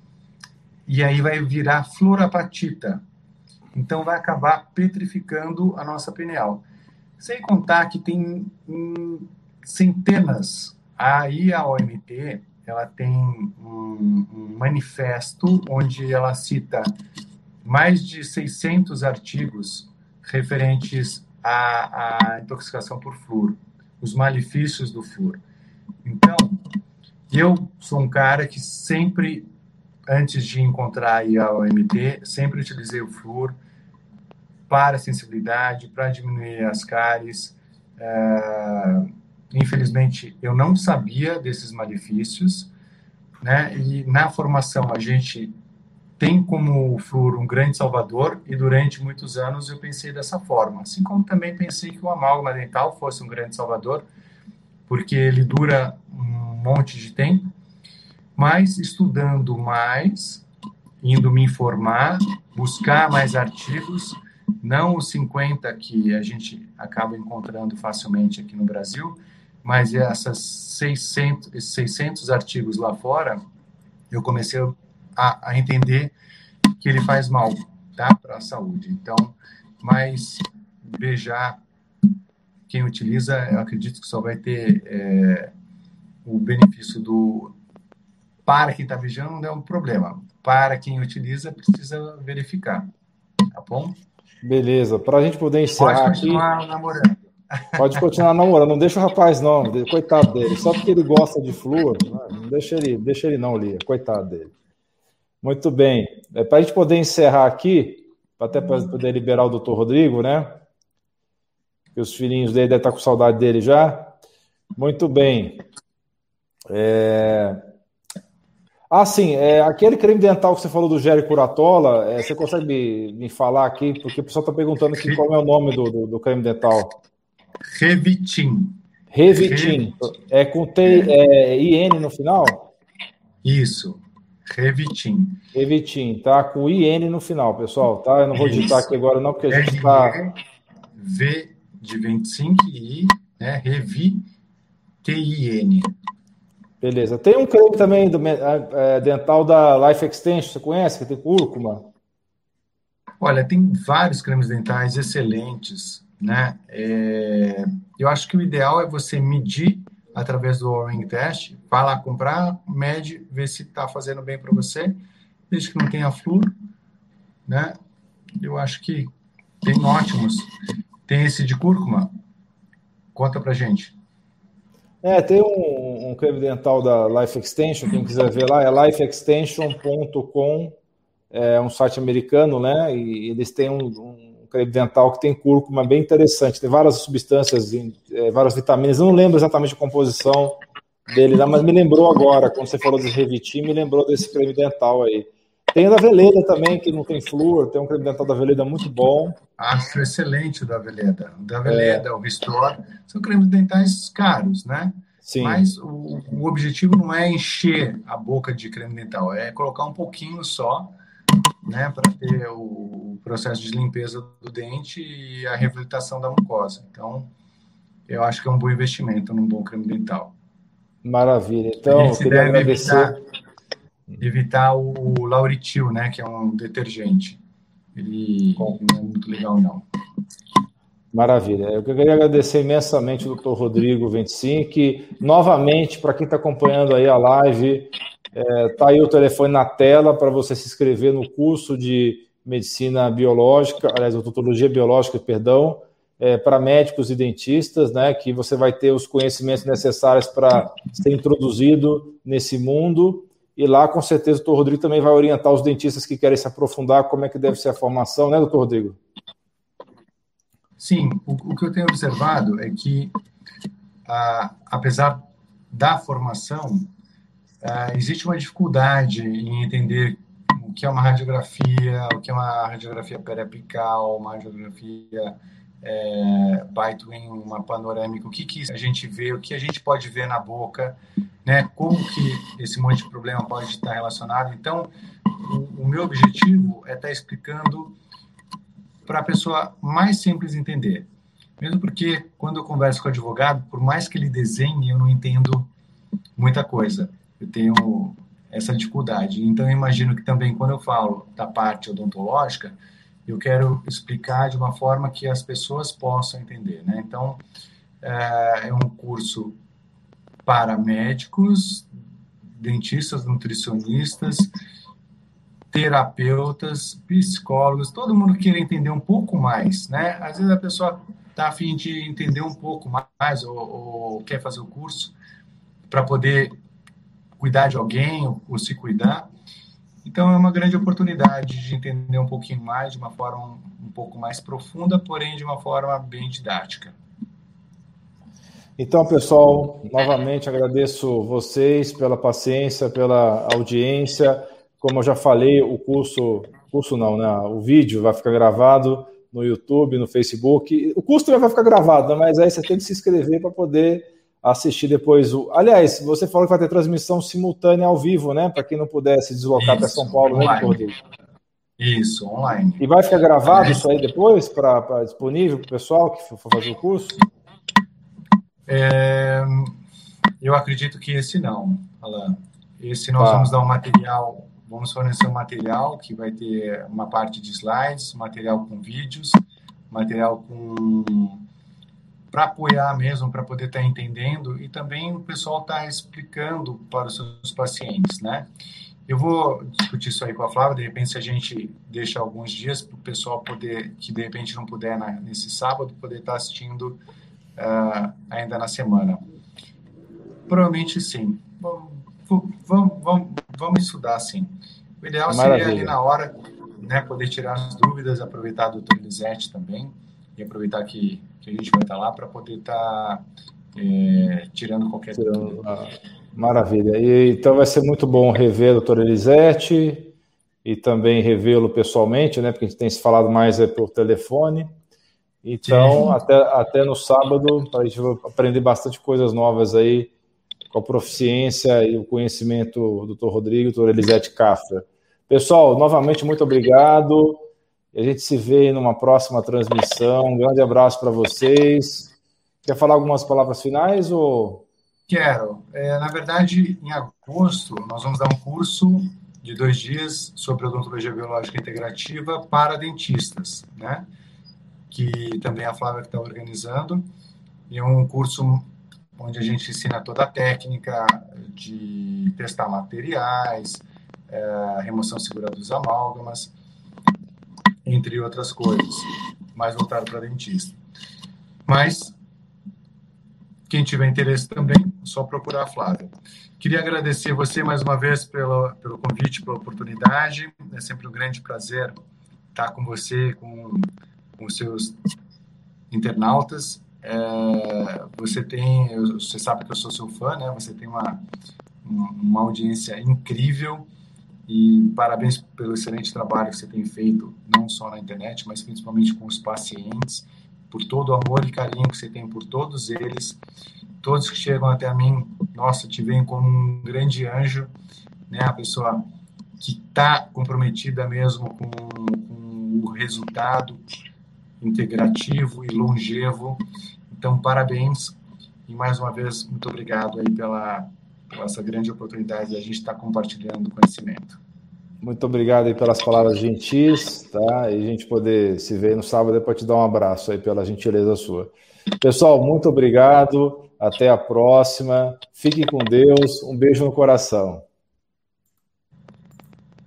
e aí vai virar fluorapatita. Então, vai acabar petrificando a nossa pineal. Sem contar que tem centenas. Aí a OMT, ela tem um manifesto onde ela cita mais de 600 artigos referentes à intoxicação por flúor, os malefícios do flúor. Então, eu sou um cara que sempre, antes de encontrar a OMT, sempre utilizei o flúor para sensibilidade, para diminuir as cáries. Infelizmente, eu não sabia desses malefícios, né? E na formação a gente tem como o flúor um grande salvador, e durante muitos anos eu pensei dessa forma. Assim como também pensei que o amálgama dental fosse um grande salvador, porque ele dura um monte de tempo, mas estudando mais, indo me informar, buscar mais artigos, não os 50 que a gente acaba encontrando facilmente aqui no Brasil, mas esses 600 artigos lá fora, eu comecei a entender que ele faz mal, tá, para a saúde. Então, mas beijar quem utiliza, eu acredito que só vai ter o benefício para quem está beijando, não é um problema. Para quem utiliza, precisa verificar. Tá bom? Beleza. Para a gente poder encerrar Pode continuar aqui, namorando. pode continuar namorando. Não deixa o rapaz, não. Coitado dele. Só porque ele gosta de flúor, não deixa ele não, Lia. Coitado dele. Muito bem. Para a gente poder encerrar aqui, até para poder liberar o doutor Rodrigo, né? Que os filhinhos dele devem estar com saudade dele já. Muito bem. Sim, aquele creme dental que você falou do Gério Curatola, você consegue me falar aqui? Porque o pessoal está perguntando aqui qual é o nome do creme dental. Revitin. Revitin. É com IN no final? Isso. Revitin. Revitin, tá? Com IN no final, pessoal, tá? Eu não vou digitar aqui agora não, porque a gente está... V de 25 e né? Revitin. Beleza. Tem um creme também dental da Life Extension, você conhece? Que tem cúrcuma? Olha, tem vários cremes dentais excelentes, né? Eu acho que o ideal é você medir através do Ring Test, vai lá comprar, mede, vê se está fazendo bem para você, desde que não tenha flúor, né? Eu acho que tem ótimos. Tem esse de cúrcuma, conta pra gente. Tem um creme dental da Life Extension, quem quiser ver lá, é lifeextension.com, é um site americano, né? E eles têm um creme dental que tem cúrcuma bem interessante, tem várias substâncias, várias vitaminas, eu não lembro exatamente a composição dele, mas me lembrou agora, quando você falou de Revitin, me lembrou desse creme dental aí. Tem o da Veleda também, que não tem flúor, tem um creme dental da Veleda muito bom. Acho excelente o da Veleda. O da Veleda, o Restore, são cremes dentais caros, né? Sim. Mas o objetivo não é encher a boca de creme dental, é colocar um pouquinho só, né, para ter o processo de limpeza do dente e a reabilitação da mucosa. Então, eu acho que é um bom investimento num bom creme dental. Maravilha. Então, eu queria agradecer. Evitar o Lauritil, né, que é um detergente. Ele não é muito legal, não. Maravilha. Eu queria agradecer imensamente ao Dr. Rodrigo 25, que, novamente, para quem está acompanhando aí a live, está aí o telefone na tela para você se inscrever no curso de medicina biológica, aliás, odontologia biológica, perdão, para médicos e dentistas, né, que você vai ter os conhecimentos necessários para ser introduzido nesse mundo. E lá, com certeza, o Dr. Rodrigo também vai orientar os dentistas que querem se aprofundar como é que deve ser a formação, né, Dr. Rodrigo? Sim, o que eu tenho observado é que, apesar da formação, existe uma dificuldade em entender o que é uma radiografia, o que é uma radiografia periapical, uma radiografia Bite-Wing, uma panorâmica, o que a gente vê, o que a gente pode ver na boca, né? Como que esse monte de problema pode estar relacionado. Então, o meu objetivo é estar explicando para a pessoa mais simples entender. Mesmo porque, quando eu converso com o advogado, por mais que ele desenhe, eu não entendo muita coisa. Eu tenho essa dificuldade. Então, eu imagino que também, quando eu falo da parte odontológica, eu quero explicar de uma forma que as pessoas possam entender, né? Então, é um curso para médicos, dentistas, nutricionistas, terapeutas, psicólogos, todo mundo quer entender um pouco mais, né? Às vezes a pessoa está a fim de entender um pouco mais ou quer fazer o curso para poder cuidar de alguém ou se cuidar. Então, é uma grande oportunidade de entender um pouquinho mais, de uma forma um pouco mais profunda, porém de uma forma bem didática. Então, pessoal, novamente agradeço vocês pela paciência, pela audiência. Como eu já falei, o curso não, né? O vídeo vai ficar gravado no YouTube, no Facebook. O curso também vai ficar gravado, né? Mas aí você tem que se inscrever para poder assistir depois. Aliás, você falou que vai ter transmissão simultânea ao vivo, né? Para quem não puder se deslocar para São Paulo, né, Rodrigo? Isso, online. E vai ficar gravado isso aí depois, para disponível para o pessoal que for fazer o curso? Eu acredito que esse não, Alan. Esse nós vamos dar um material, vamos fornecer um material que vai ter uma parte de slides, material com vídeos, material para apoiar mesmo, para poder estar entendendo, e também o pessoal está explicando para os seus pacientes, né? Eu vou discutir isso aí com a Flávia, de repente se a gente deixa alguns dias para o pessoal poder, que de repente não puder nesse sábado, poder estar assistindo ainda na semana. Provavelmente sim. Vamos estudar sim. O ideal seria ali na hora, né, poder tirar as dúvidas, aproveitar do Dr. Elisete também, e aproveitar que a gente vai estar lá para poder estar tirando qualquer dúvida. Maravilha. Então vai ser muito bom rever o Dr. Elisete e também revê-lo pessoalmente, né? Porque a gente tem se falado mais por telefone. Então, até no sábado, para a gente aprender bastante coisas novas aí, com a proficiência e o conhecimento do Dr. Rodrigo, Dr. Elisete Cafra. Pessoal, novamente, muito obrigado. A gente se vê numa próxima transmissão. Um grande abraço para vocês. Quer falar algumas palavras finais? Ou... Quero. Na verdade, em agosto, nós vamos dar um curso de 2 dias sobre odontologia biológica integrativa para dentistas, né? Que também a Flávia que está organizando. E é um curso onde a gente ensina toda a técnica de testar materiais, remoção segura dos amálgamas, entre outras coisas, mais voltado para dentista. Mas, quem tiver interesse também, é só procurar a Flávia. Queria agradecer você mais uma vez pelo convite, pela oportunidade. É sempre um grande prazer estar com você, com os seus internautas. Você sabe que eu sou seu fã, né? Você tem uma audiência incrível e parabéns pelo excelente trabalho que você tem feito, não só na internet, mas principalmente com os pacientes, por todo o amor e carinho que você tem por todos eles. Todos que chegam até mim, nossa, te veem como um grande anjo, né? A pessoa que está comprometida mesmo com o resultado integrativo e longevo. Então, parabéns e mais uma vez, muito obrigado aí pela essa grande oportunidade de a gente estar compartilhando conhecimento. Muito obrigado aí pelas palavras gentis, tá? E a gente poder se ver no sábado para te dar um abraço aí pela gentileza sua. Pessoal, muito obrigado. Até a próxima. Fiquem com Deus. Um beijo no coração.